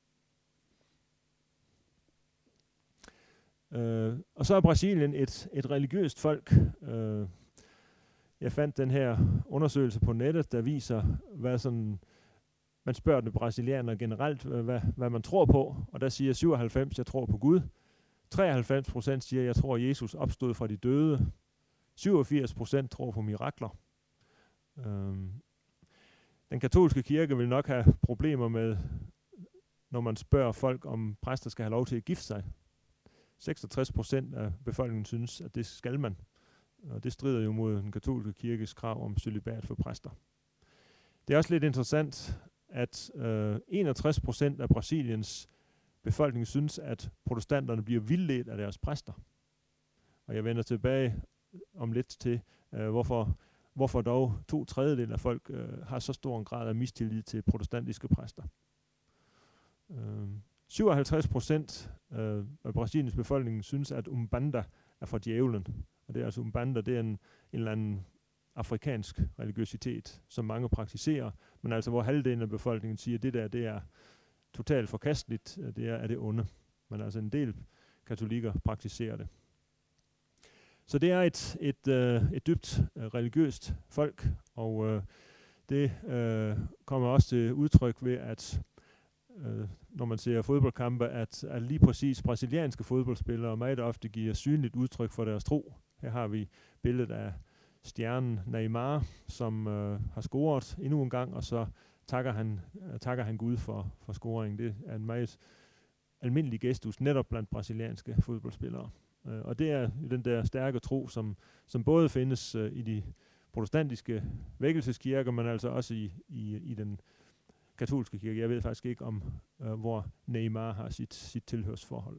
Uh, og så er Brasilien et, et religiøst folk. Uh, jeg fandt den her undersøgelse på nettet, der viser, hvad sådan, man spørger de brasilianere generelt, hvad, hvad man tror på, og der siger syvoghalvfems, jeg tror på Gud. treoghalvfems procent siger, jeg tror, Jesus opstod fra de døde. syvogfirs procent tror på mirakler. Uh, den katolske kirke vil nok have problemer med, når man spørger folk, om præster skal have lov til at gifte sig. seksogtres procent af befolkningen synes, at det skal man. Og det strider jo mod den katolske kirkes krav om cølibat for præster. Det er også lidt interessant, at øh, enogtres procent af Brasiliens befolkning synes, at protestanterne bliver vildledt af deres præster. Og jeg vender tilbage om lidt til, øh, hvorfor, hvorfor dog to tredjedel af folk øh, har så stor en grad af mistillid til protestantiske præster. Øh, syvoghalvtreds procent øh, af Brasiliens befolkning synes, at Umbanda er for djævlen. Og det er altså Umbanda, det er en, en eller anden afrikansk religiøsitet, som mange praktiserer, men altså hvor halvdelen af befolkningen siger, at det der, det er totalt forkasteligt, det er, er det onde. Men altså en del katolikker praktiserer det. Så det er et, et, øh, et dybt øh, religiøst folk, og øh, det øh, kommer også til udtryk ved, at øh, når man ser fodboldkampe, at, at lige præcis brasilianske fodboldspillere meget ofte giver synligt udtryk for deres tro. Her har vi billedet af stjernen Neymar, som øh, har scoret endnu en gang, og så takker han, øh, takker han Gud for, for scoringen. Det er en meget almindelig gestus netop blandt brasilianske fodboldspillere. Uh, og det er den der stærke tro, som, som både findes uh, i de protestantiske vækkelseskirker, men altså også i, i, i den katolske kirke. Jeg ved faktisk ikke om, øh, hvor Neymar har sit, sit tilhørsforhold.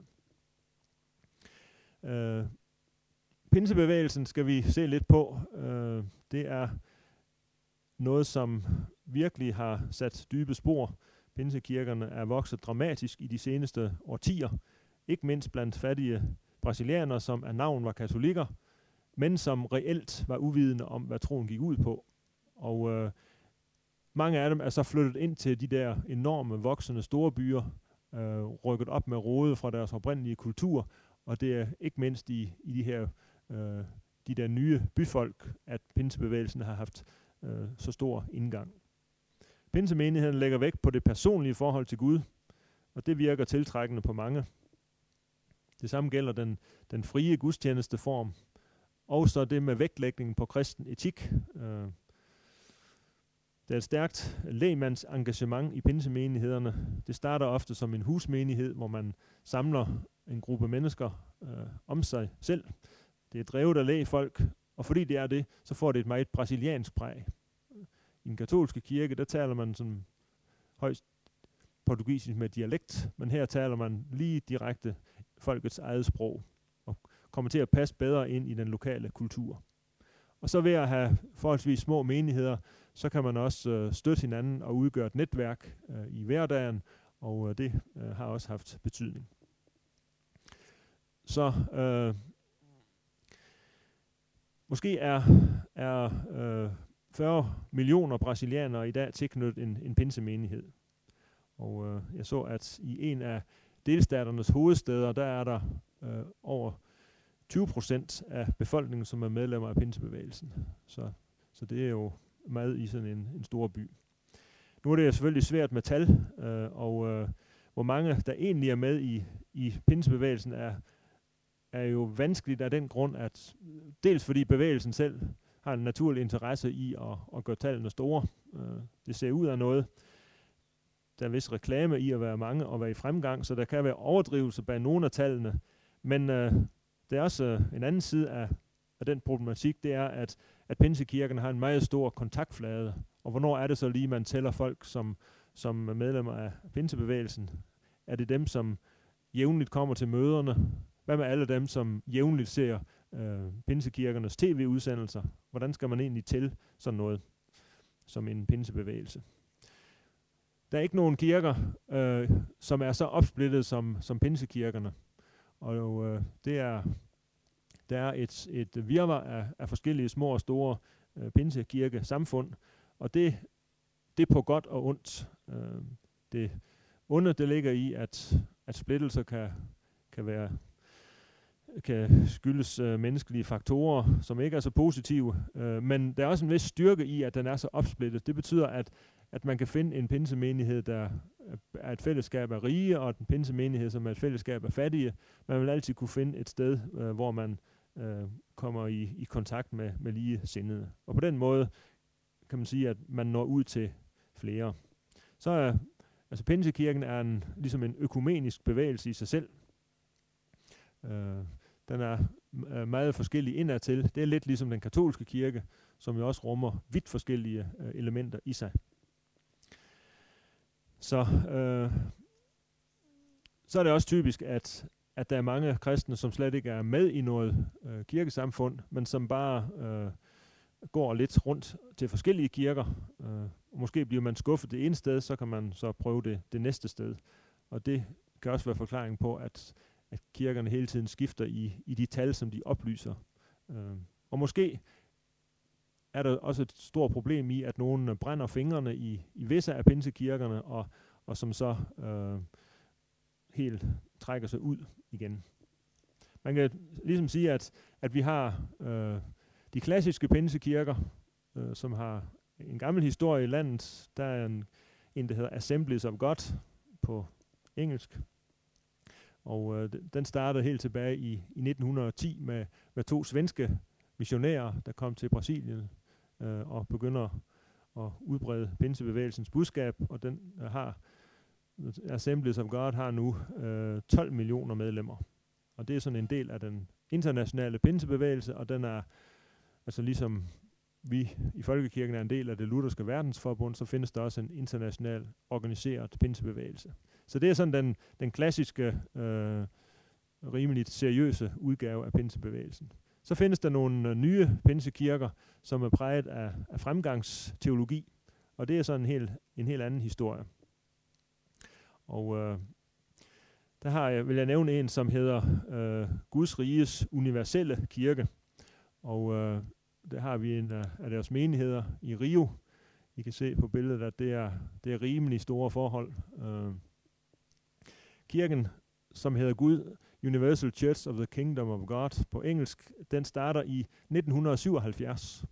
Øh, Pinsebevægelsen skal vi se lidt på. Øh, det er noget, som virkelig har sat dybe spor. Pinsekirkerne er vokset dramatisk i de seneste årtier, ikke mindst blandt fattige brasilianere, som af navn var katolikker, men som reelt var uvidende om, hvad troen gik ud på. Og øh, mange af dem er så flyttet ind til de der enorme, voksende store byer, øh, rykket op med rode fra deres oprindelige kultur, og det er ikke mindst i, i de her øh, de der nye byfolk, at pinsebevægelsen har haft øh, så stor indgang. Pinsemenigheden lægger vægt på det personlige forhold til Gud, og det virker tiltrækkende på mange. Det samme gælder den, den frie gudstjenesteform, og så det med vægtlægning på kristen etik. Øh, Der er et stærkt lægmands engagement i pinsemenighederne. Det starter ofte som en husmenighed, hvor man samler en gruppe mennesker øh, om sig selv. Det er drevet af lægfolk, og fordi det er det, så får det et meget brasiliansk præg. I den katolske kirke, der taler man sådan højst portugisisk med dialekt, men her taler man lige direkte folkets eget sprog, og kommer til at passe bedre ind i den lokale kultur. Og så ved at have forholdsvis små menigheder, så kan man også øh, støtte hinanden og udgøre et netværk øh, i hverdagen, og øh, det øh, har også haft betydning. Så øh, måske er, er øh, fyrre millioner brasilianere i dag tilknyttet en, en pinsemenighed. Og øh, jeg så, at i en af delstaternes hovedstæder, der er der øh, over tyve procent af befolkningen, som er medlemmer af pinsebevægelsen. Så, så det er jo meget i sådan en, en stor by. Nu er det selvfølgelig svært med tal, øh, og øh, hvor mange der egentlig er med i, i pinsebevægelsen er, er jo vanskeligt af den grund, at dels fordi bevægelsen selv har en naturlig interesse i at, at gøre tallene store. Øh, det ser ud af noget. Der er vist reklame i at være mange og være i fremgang, så der kan være overdrivelse bag nogle af tallene. Men øh, der er også øh, en anden side af, af den problematik, det er, at, at pinsekirkerne har en meget stor kontaktflade. Og hvornår er det så lige, man tæller folk som, som medlemmer af pinsebevægelsen? Er det dem, som jævnligt kommer til møderne? Hvad med alle dem, som jævnligt ser øh, pinsekirkernes tv-udsendelser? Hvordan skal man egentlig til sådan noget som en pinsebevægelse? Der er ikke nogen kirker, øh, som er så opsplittet som, som pinsekirkerne. Og øh, det er, der er et, et virvar af, af forskellige små og store øh, pinsekirkesamfund, og det, det er på godt og ondt. Øh, det onde, det ligger i, at, at splittelser kan, kan være kan skyldes øh, menneskelige faktorer, som ikke er så positive, øh, men der er også en vis styrke i, at den er så opsplittet. Det betyder, at, at man kan finde en pinsemenighed, der er et fællesskab af rige, og en pinsemenighed, som er et fællesskab af fattige. Man vil altid kunne finde et sted, øh, hvor man øh, kommer i, i kontakt med, med ligesindede. Og på den måde kan man sige, at man når ud til flere. Så er altså pinsekirken er en, ligesom en økumenisk bevægelse i sig selv. Øh, den er øh, meget forskellig indadtil. Det er lidt ligesom den katolske kirke, som jo også rummer vidt forskellige øh, elementer i sig. Så, øh, så er det også typisk, at, at der er mange kristne, som slet ikke er med i noget øh, kirkesamfund, men som bare øh, går lidt rundt til forskellige kirker. Øh, og måske bliver man skuffet det ene sted, så kan man så prøve det det næste sted. Og det kan også være forklaring på, at at kirkerne hele tiden skifter i, i de tal, som de oplyser. Øh, og måske er der også et stort problem i, at nogen brænder fingrene i, i visse af pinsekirkerne, og, og som så øh, helt trækker sig ud igen. Man kan ligesom sige, at, at vi har øh, de klassiske pinsekirker, øh, som har en gammel historie i landet. Der er en, en der hedder Assemblies of God på engelsk. Og øh, den startede helt tilbage i, i nitten ti med, med to svenske missionærer, der kom til Brasilien øh, og begynder at udbrede pinsebevægelsens budskab. Og den øh, har, Assemblies of God har nu øh, tolv millioner medlemmer. Og det er sådan en del af den internationale pinsebevægelse, og den er altså ligesom vi i Folkekirken er en del af det lutherske verdensforbund, så findes der også en international organiseret pinsebevægelse. Så det er sådan den, den klassiske, øh, rimeligt seriøse udgave af pinsebevægelsen. Så findes der nogle øh, nye pinsekirker, som er præget af, af fremgangsteologi, og det er sådan en helt, en helt anden historie. Og øh, der har jeg, vil jeg nævne en, som hedder øh, Guds Riges Universelle Kirke, og øh, der har vi en af, af deres menigheder i Rio. I kan se på billedet, at det er, det er rimelig store forhold. Øh, kirken, som hedder Gud, Universal Church of the Kingdom of God på engelsk, den starter i nitten syvoghalvfjerds.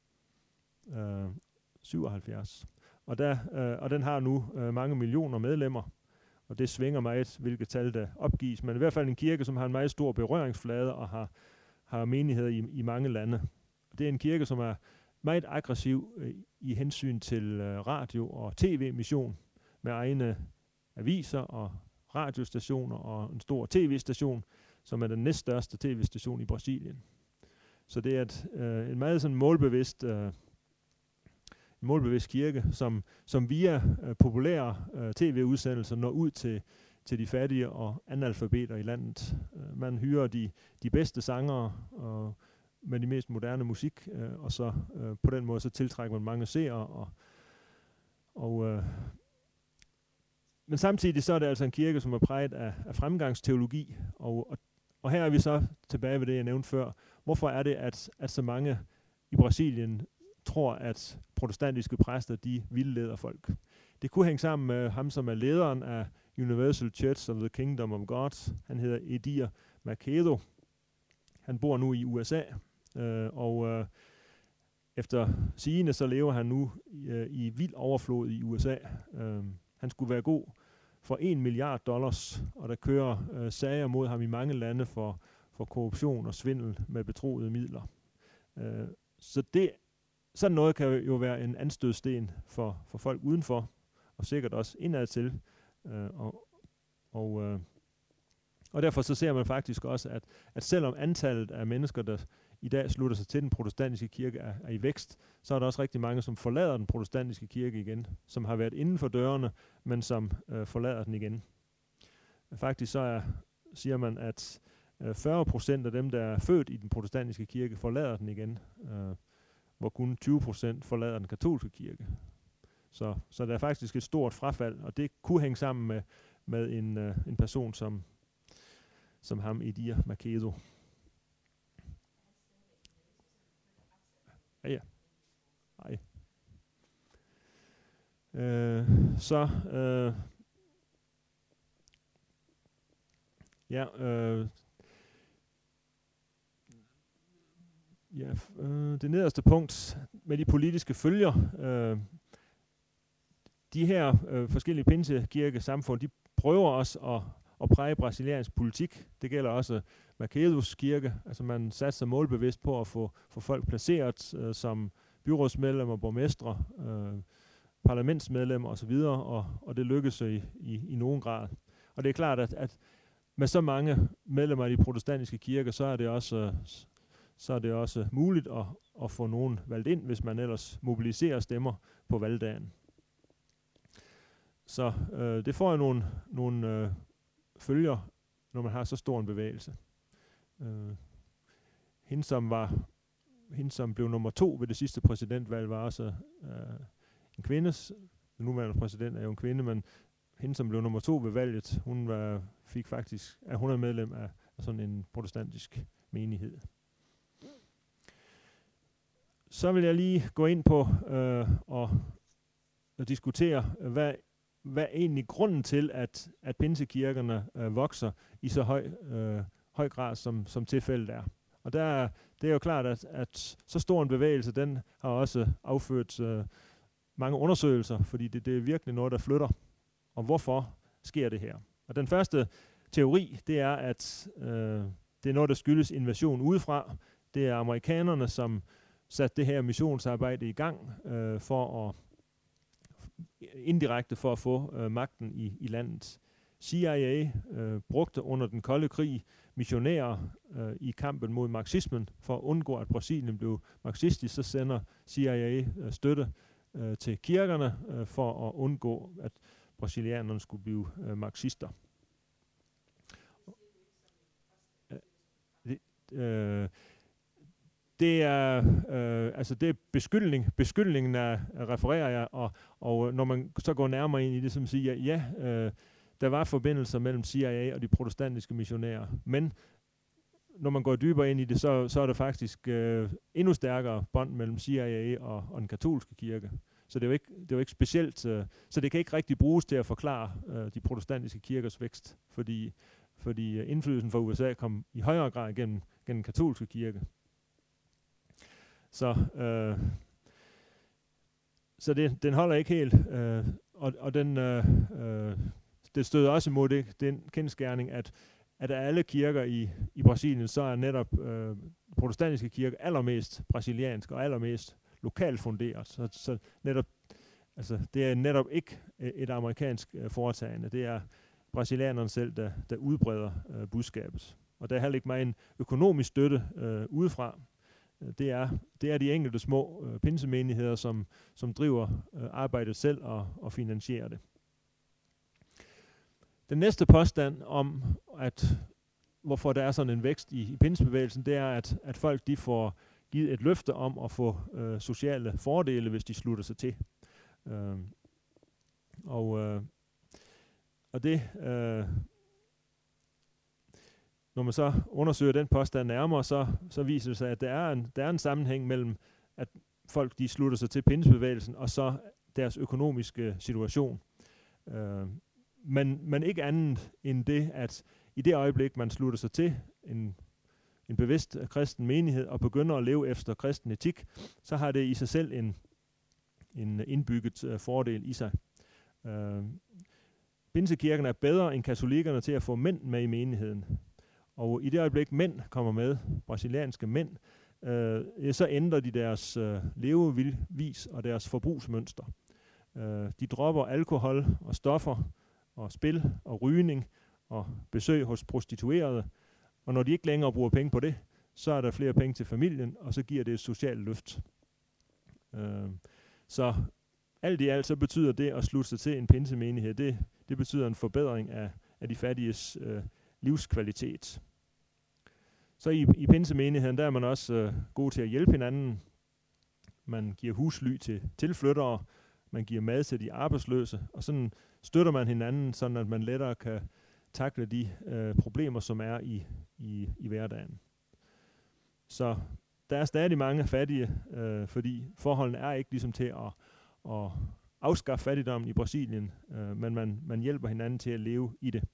Øh, syvoghalvfjerds. Og, der, øh, og den har nu øh, mange millioner medlemmer, og det svinger meget, hvilket tal der opgives, men i hvert fald en kirke, som har en meget stor berøringsflade og har, har menigheder i, i mange lande. Det er en kirke, som er meget aggressiv øh, i hensyn til øh, radio- og tv-mission med egne aviser og radiostationer og en stor tv-station, som er den næststørste tv-station i Brasilien. Så det er et, øh, en meget sådan målbevidst, øh, målbevidst kirke, som, som via øh, populære øh, tv-udsendelser når ud til, til de fattige og analfabeter i landet. Øh, man hyrer de, de bedste sangere og med de mest moderne musik, øh, og så øh, på den måde så tiltrækker man mange seere. Og, og, øh, men samtidig så er det altså en kirke, som er præget af, af fremgangsteologi, og, og, og her er vi så tilbage ved det, jeg nævnte før. Hvorfor er det, at, at så mange i Brasilien tror, at protestantiske præster, de vildleder folk? Det kunne hænge sammen med ham, som er lederen af Universal Church of the Kingdom of God. Han hedder Edir Macedo. Han bor nu i U S A, øh, og øh, efter sigende, så lever han nu øh, i vild overflod i U S A. Øh, han skulle være god for en milliard dollars, og der kører øh, sager mod ham i mange lande for, for korruption og svindel med betroede midler. Øh, så det, sådan noget kan jo være en anstødsten for, for folk udenfor, og sikkert også indadtil. Øh, og, og, øh, og derfor så ser man faktisk også, at, at selvom antallet af mennesker, der i dag slutter sig til den protestantiske kirke, er, er i vækst, så er der også rigtig mange, som forlader den protestantiske kirke igen, som har været inden for dørene, men som øh, forlader den igen. Faktisk så er, siger man, at øh, fyrre procent af dem, der er født i den protestantiske kirke, forlader den igen, øh, hvor kun tyve procent forlader den katolske kirke. Så, så der er faktisk et stort frafald, og det kunne hænge sammen med, med en, øh, en person som, som ham, Edir Macedo. Ja, ja. Nej. Øh, så, øh, ja, øh, ja øh, det nederste punkt med de politiske følger, øh, de her øh, forskellige pinsekirkesamfund, de prøver også at, at præge brasiliansk politik. Det gælder også Macedos kirke. Altså man satser målbevidst på at få, få folk placeret øh, som byrådsmedlemmer, borgmestre, øh, parlamentsmedlemmer osv., og, og det lykkes i, i, i nogen grad. Og det er klart, at, at med så mange medlemmer i de protestantiske kirker, så er det også, så er det også muligt at, at få nogen valgt ind, hvis man ellers mobiliserer stemmer på valgdagen. Så øh, det får jo nogle, nogle øh, følger, når man har så stor en bevægelse. Øh, hende, som var, hende, som blev nummer to ved det sidste præsidentvalg, var også øh, en kvinde. Den nuværende præsident er jo en kvinde, men hende, som blev nummer to ved valget, hun var, fik faktisk, er hun er medlem af, af sådan en protestantisk menighed. Så vil jeg lige gå ind på øh, og, og diskutere, hvad hvad er egentlig grunden til, at, at pinsekirkerne øh, vokser i så høj, øh, høj grad, som, som tilfældet er. Og der er, det er jo klart, at, at så stor en bevægelse, den har også afført øh, mange undersøgelser, fordi det, det er virkelig noget, der flytter. Og hvorfor sker det her? Og den første teori, det er, at øh, det er noget, der skyldes invasion udefra. Det er amerikanerne, som satte det her missionsarbejde i gang øh, for at indirekte for at få øh, magten i, i landet. C I A øh, brugte under den kolde krig missionærer øh, i kampen mod marxismen for at undgå, at Brasilien blev marxistisk, så sender C I A øh, støtte øh, til kirkerne øh, for at undgå, at brasilianerne skulle blive øh, marxister. Det, øh, det er øh, altså det er beskyldning. Beskyldningen er, refererer jeg, og, og når man så går nærmere ind i det, som siger, ja, øh, der var forbindelser mellem C I A og de protestantiske missionærer, men når man går dybere ind i det, så, så er der faktisk øh, endnu stærkere bånd mellem C I A og, og den katolske kirke. Så det er jo ikke, det er jo ikke specielt, øh, så det kan ikke rigtig bruges til at forklare øh, de protestantiske kirkers vækst, fordi, fordi indflydelsen fra U S A kom i højere grad gennem, gennem den katolske kirke. Så, øh, så det, den holder ikke helt, øh, og, og den, øh, øh, det støder også imod det, den kendsgerning, at, at af alle kirker i, i Brasilien, så er netop øh, protestantiske kirker allermest brasiliansk og allermest lokalt funderet. Så, så netop, altså, det er netop ikke et amerikansk øh, foretagende. Det er brasilianerne selv, der, der udbreder øh, budskabet. Og der er heller ikke meget en økonomisk støtte øh, udefra. Det er, det er de enkelte små øh, pinsemenigheder, som, som driver øh, arbejdet selv og, og finansierer det. Den næste påstand om, at hvorfor der er sådan en vækst i, i pinsebevægelsen, det er, at, at folk de får givet et løfte om at få øh, sociale fordele, hvis de slutter sig til. Øh, og, øh, og det... Øh, Når man så undersøger den påstand nærmere, så, så viser det sig, at der er, en, der er en sammenhæng mellem, at folk de slutter sig til pinsebevægelsen, og så deres økonomiske situation. Øh, men, men ikke andet end det, at i det øjeblik, man slutter sig til en, en bevidst kristen menighed, og begynder at leve efter kristen etik, så har det i sig selv en, en indbygget uh, fordel i sig. Øh, Pinsekirken er bedre end katolikkerne til at få mænd med i menigheden. Og i det øjeblik, mænd kommer med, brasilianske mænd, øh, så ændrer de deres øh, levevis og deres forbrugsmønster. Øh, de dropper alkohol og stoffer og spil og rygning og besøg hos prostituerede. Og når de ikke længere bruger penge på det, så er der flere penge til familien, og så giver det et socialt løft. Øh, så alt i alt så betyder det at slutte sig til en pinsemenighed, det, det betyder en forbedring af, af de fattiges øh, livskvalitet. Så i, i pinsemenigheden, der er man også øh, god til at hjælpe hinanden. Man giver husly til tilflyttere, man giver mad til de arbejdsløse, og sådan støtter man hinanden, sådan at man lettere kan takle de øh, problemer, som er i, i, i hverdagen. Så der er stadig mange fattige, øh, fordi forholdene er ikke ligesom til at, at afskaffe fattigdommen i Brasilien, øh, men man, man hjælper hinanden til at leve i det.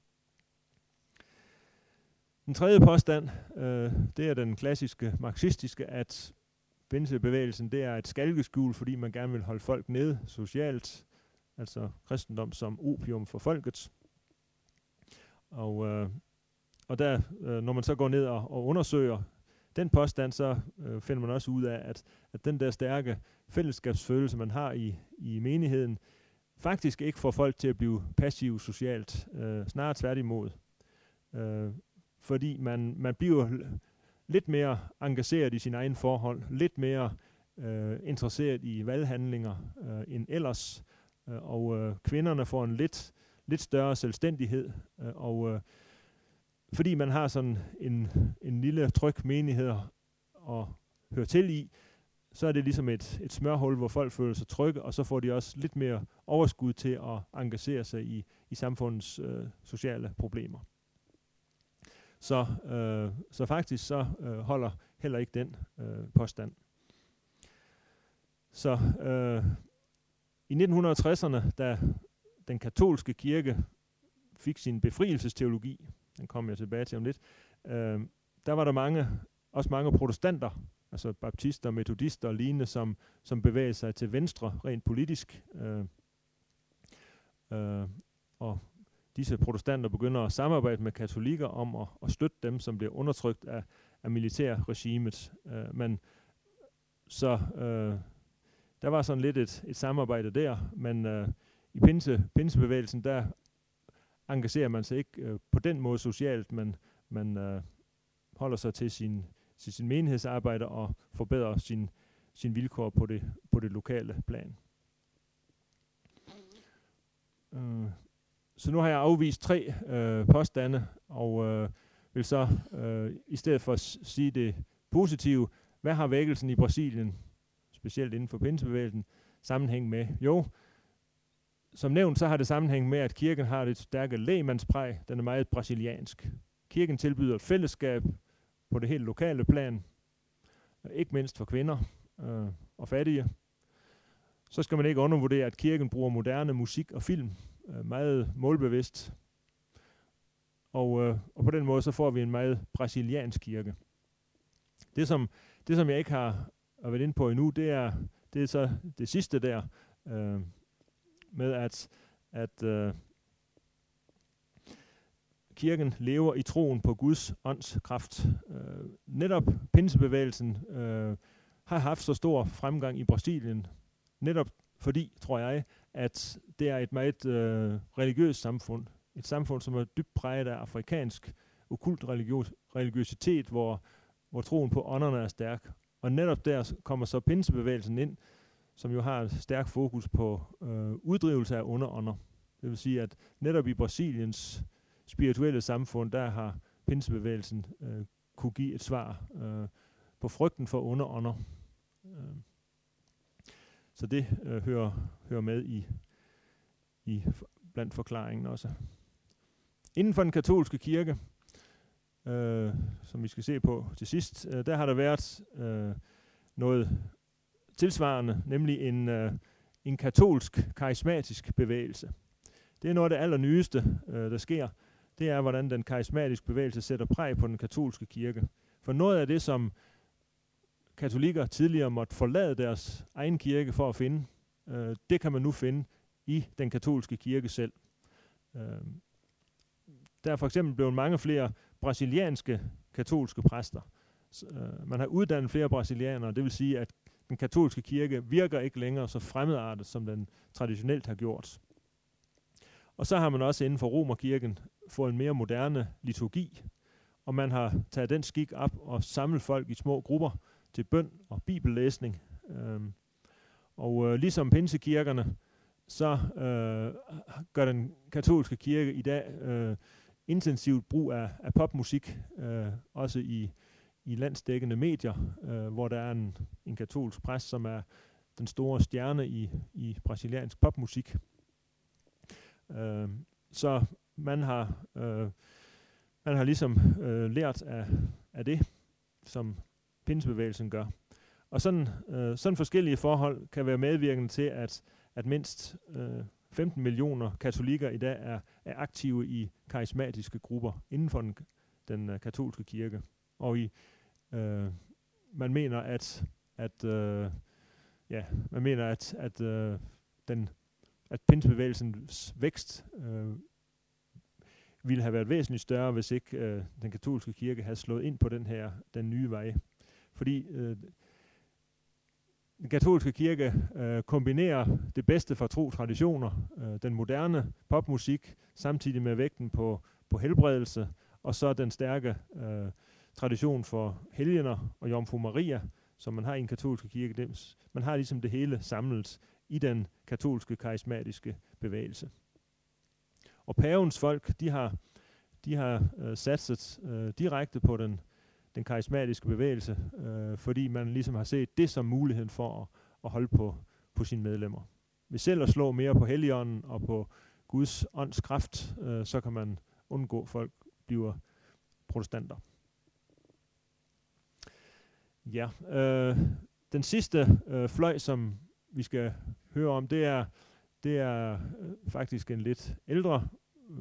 Den tredje påstand, øh, det er den klassiske marxistiske, at pinsebevægelsen det er et skalkeskjul, fordi man gerne vil holde folk nede socialt, altså kristendom som opium for folket. Og, øh, og der, øh, når man så går ned og, og undersøger den påstand, så øh, finder man også ud af, at, at den der stærke fællesskabsfølelse, man har i, i menigheden, faktisk ikke får folk til at blive passive socialt, øh, snarere tværtimod. Øh, fordi man, man bliver lidt mere engageret i sine egne forhold, lidt mere øh, interesseret i valghandlinger øh, end ellers, øh, og øh, kvinderne får en lidt, lidt større selvstændighed, øh, og øh, fordi man har sådan en, en lille tryg menighed at høre til i, så er det ligesom et, et smørhul, hvor folk føler sig trygge, og så får de også lidt mere overskud til at engagere sig i, i samfundets øh, sociale problemer. Så, øh, så faktisk så øh, holder heller ikke den øh, påstand. Så øh, i nitten tresserne, da den katolske kirke fik sin befrielsesteologi, den kommer jeg tilbage til om lidt, øh, der var der mange, også mange protestanter, altså baptister, metodister og lignende, som, som bevægede sig til venstre rent politisk. Øh, øh, og disse protestanter begynder at samarbejde med katolikker om at, at støtte dem, som bliver undertrykt af, af militærregimet. Øh, men så øh, der var sådan lidt et, et samarbejde der, men øh, i pinse, pinsebevægelsen, der engagerer man sig ikke øh, på den måde socialt, men man øh, holder sig til sin, til sin menighedsarbejde og forbedrer sin, sin vilkår på det, på det lokale plan. Øh, så nu har jeg afvist tre øh, påstande, og øh, vil så øh, i stedet for at sige det positive, hvad har vækkelsen i Brasilien, specielt inden for pinsebevægelsen, sammenhæng med? Jo, som nævnt, så har det sammenhæng med, at kirken har et stærke lægmandspræg. Den er meget brasiliansk. Kirken tilbyder et fællesskab på det helt lokale plan, ikke mindst for kvinder øh, og fattige. Så skal man ikke undervurdere, at kirken bruger moderne musik og film øh, meget målbevidst. Og, øh, og på den måde så får vi en meget brasiliansk kirke. Det som, det, som jeg ikke har været inde på endnu, det er, det er så det sidste der, øh, med at, at øh, kirken lever i troen på Guds ånds kraft. Øh, netop pinsebevægelsen øh, har haft så stor fremgang i Brasilien, netop fordi, tror jeg, at det er et meget øh, religiøst samfund. Et samfund, som er dybt præget af afrikansk okkult religiøs, religiøsitet, hvor, hvor troen på ånderne er stærk. Og netop der kommer så pinsebevægelsen ind, som jo har et stærkt fokus på øh, uddrivelse af onde ånder. Det vil sige, at netop i Brasiliens spirituelle samfund, der har pinsebevægelsen øh, kunne give et svar øh, på frygten for onde ånder. Øh. Så det øh, hører, hører med i, i blandt forklaringen også. Inden for den katolske kirke, øh, som vi skal se på til sidst, øh, der har der været øh, noget tilsvarende, nemlig en, øh, en katolsk karismatisk bevægelse. Det er noget af det allernyeste, øh, der sker. Det er, hvordan den karismatiske bevægelse sætter præg på den katolske kirke. For noget af det, som katolikker tidligere måtte forlade deres egen kirke for at finde, øh, det kan man nu finde i den katolske kirke selv. Øh, der er for eksempel blevet mange flere brasilianske katolske præster. Så, øh, man har uddannet flere brasilianere, det vil sige, at den katolske kirke virker ikke længere så fremmedartet, som den traditionelt har gjort. Og så har man også inden for Romerkirken fået en mere moderne liturgi, og man har taget den skik op og samlet folk i små grupper til bøn og bibellæsning. Øhm, og øh, ligesom pinsekirkerne, så øh, gør den katolske kirke i dag øh, intensivt brug af, af popmusik, øh, også i, i landsdækkende medier, øh, hvor der er en, en katolsk præst, som er den store stjerne i, i brasiliansk popmusik. Øh, så man har, øh, man har ligesom øh, lært af, af det, som pinsebevægelsen gør. Og sådan, øh, sådan forskellige forhold kan være medvirkende til, at, at mindst øh, femten millioner katolikker i dag er, er aktive i karismatiske grupper inden for den, den uh, katolske kirke. Og i, øh, man mener, at, at, øh, ja, man mener, at, at, øh, den, at pinsebevægelsens vækst øh, ville have været væsentligt større, hvis ikke øh, den katolske kirke havde slået ind på den her den nye vej. Fordi øh, den katolske kirke øh, kombinerer det bedste fra tro traditioner, øh, den moderne popmusik, samtidig med vægten på, på helbredelse, og så den stærke øh, tradition for helgener og Jomfru Maria, som man har i en katolske kirke. Man har ligesom det hele samlet i den katolske karismatiske bevægelse. Og pavens folk, de har, de har øh, satset øh, direkte på den den karismatiske bevægelse, øh, fordi man ligesom har set det som muligheden for at, at holde på, på sine medlemmer. Ved selv at slå mere på Helligånden og på Guds ånds kraft, øh, så kan man undgå, at folk bliver protestanter. Ja, øh, den sidste øh, fløj, som vi skal høre om, det er, det er øh, faktisk en lidt ældre øh,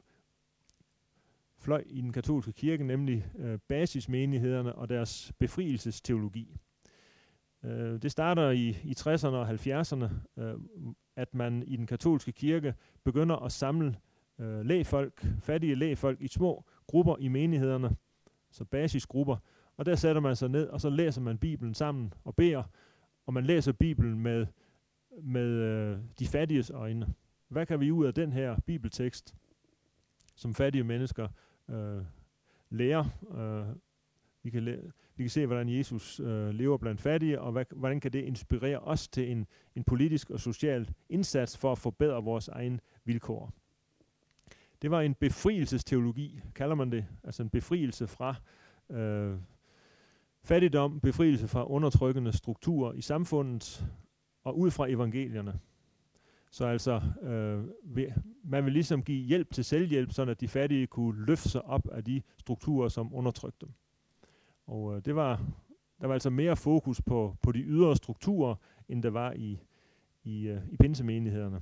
fløj i den katolske kirke, nemlig øh, basismenighederne og deres befrielsesteologi. Øh, det starter i, i tresserne og halvfjerdserne, øh, at man i den katolske kirke begynder at samle øh, lægfolk, fattige lægfolk i små grupper i menighederne, så basisgrupper, og der sætter man sig ned, og så læser man Bibelen sammen og beder, og man læser Bibelen med, med øh, de fattiges øjne. Hvad kan vi ud af den her bibeltekst? som fattige mennesker øh, lærer. Øh, vi, kan læ- vi kan se, hvordan Jesus øh, lever blandt fattige, og hvad, hvordan kan det inspirere os til en, en politisk og social indsats for at forbedre vores egen vilkår. Det var en befrielsesteologi, kalder man det. Altså en befrielse fra øh, fattigdom, befrielse fra undertrykkende strukturer i samfundet, og ud fra evangelierne. Så altså, øh, man vil ligesom give hjælp til selvhjælp, så at de fattige kunne løfte sig op af de strukturer, som undertrykte dem. Og øh, det var, der var altså mere fokus på, på de ydre strukturer, end der var i, i, øh, i pinsemenighederne.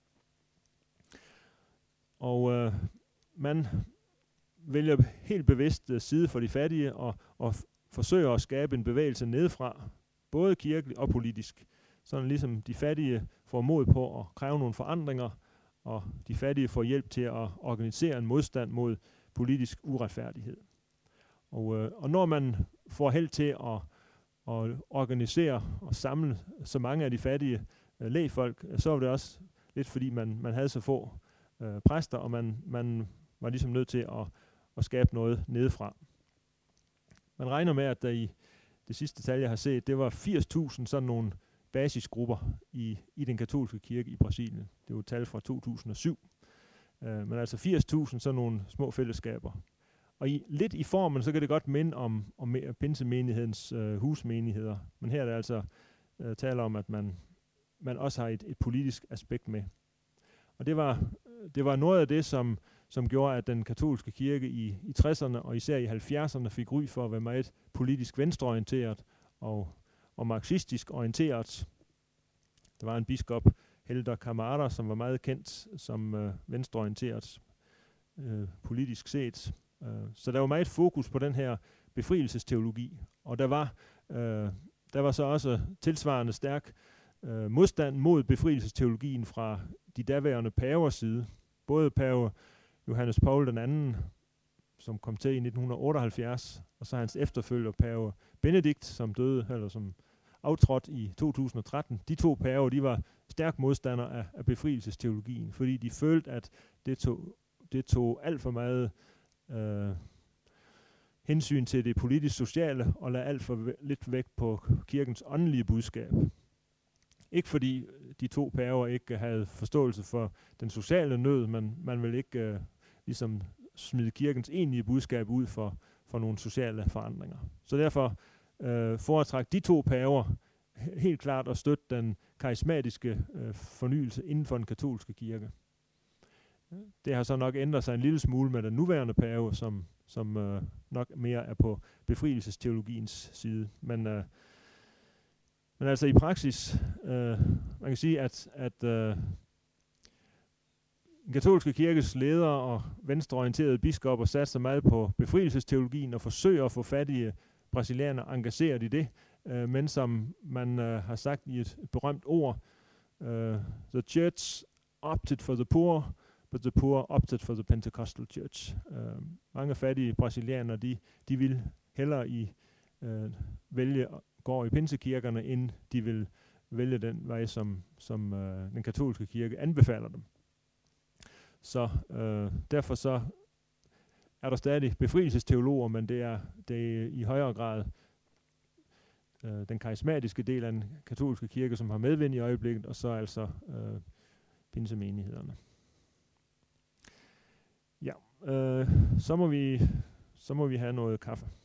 Og øh, man vælger helt bevidst uh, side for de fattige, og, og f- forsøger at skabe en bevægelse nedefra, både kirkeligt og politisk. Sådan ligesom de fattige får mod på at kræve nogle forandringer, og de fattige får hjælp til at organisere en modstand mod politisk uretfærdighed. Og, øh, og når man får held til at, at organisere og samle så mange af de fattige øh, lægfolk, så var det også lidt fordi man, man havde så få øh, præster, og man, man var ligesom nødt til at, at skabe noget nedefra. Man regner med, at der i det sidste tal, jeg har set, det var firs tusind sådan nogle basisgrupper i, i den katolske kirke i Brasilien. Det var et tal fra to tusind og syv. Uh, men altså firs tusind sådan nogle små fællesskaber. Og i, lidt i formen, så kan det godt minde om, om pinsemenighedens uh, husmenigheder. Men her er det altså uh, taler om, at man, man også har et, et politisk aspekt med. Og det var, det var noget af det, som, som gjorde, at den katolske kirke i, i tresserne og især i halvfjerdserne fik ry for at være meget politisk venstreorienteret og og marxistisk orienteret. Der var en biskop, Helder Camara, som var meget kendt som øh, venstreorienteret øh, politisk set. Uh, så der var meget fokus på den her befrielsesteologi, og der var, øh, der var så også tilsvarende stærk øh, modstand mod befrielsesteologien fra de daværende pavers side. Både pave Johannes Paul den anden, som kom til i nitten otteoghalvfjerds, og så hans efterfølger pave Benedikt, som døde, eller som aftrådt i to tusind og tretten. De to paver, de var stærk modstandere af, af befrielsesteologien, fordi de følte, at det tog, det tog alt for meget øh, hensyn til det politisk-sociale, og lagde alt for v- lidt vægt på kirkens åndelige budskab. Ikke fordi de to paver ikke havde forståelse for den sociale nød, men man ville ikke øh, ligesom smide kirkens egentlige budskab ud for, for nogle sociale forandringer. Så derfor øh, foretræk de to paver helt klart at støtte den karismatiske øh, fornyelse inden for den katolske kirke. Det har så nok ændret sig en lille smule med den nuværende pave, som, som øh, nok mere er på befrielsesteologiens side. Men, øh, men altså i praksis, øh, man kan sige, at, at øh, den katolske kirkes ledere og venstreorienterede biskopper satser meget på befrielsesteologien og forsøger at få fattige brasilianere engageret i det, øh, men som man øh, har sagt i et berømt ord, øh, the church opted for the poor, but the poor opted for the Pentecostal church. Øh, mange fattige brasilianere, de, de vil hellere i øh, vælge går i pinsekirkerne, end de vil vælge den vej, som, som øh, den katolske kirke anbefaler dem. Så øh, derfor så er der stadig befrielsesteologer, men det er, det er i højere grad øh, den karismatiske del af den katolske kirke, som har medvind i øjeblikket, og så altså øh, pinsemenighederne. Ja, øh, så må vi så må vi have noget kaffe.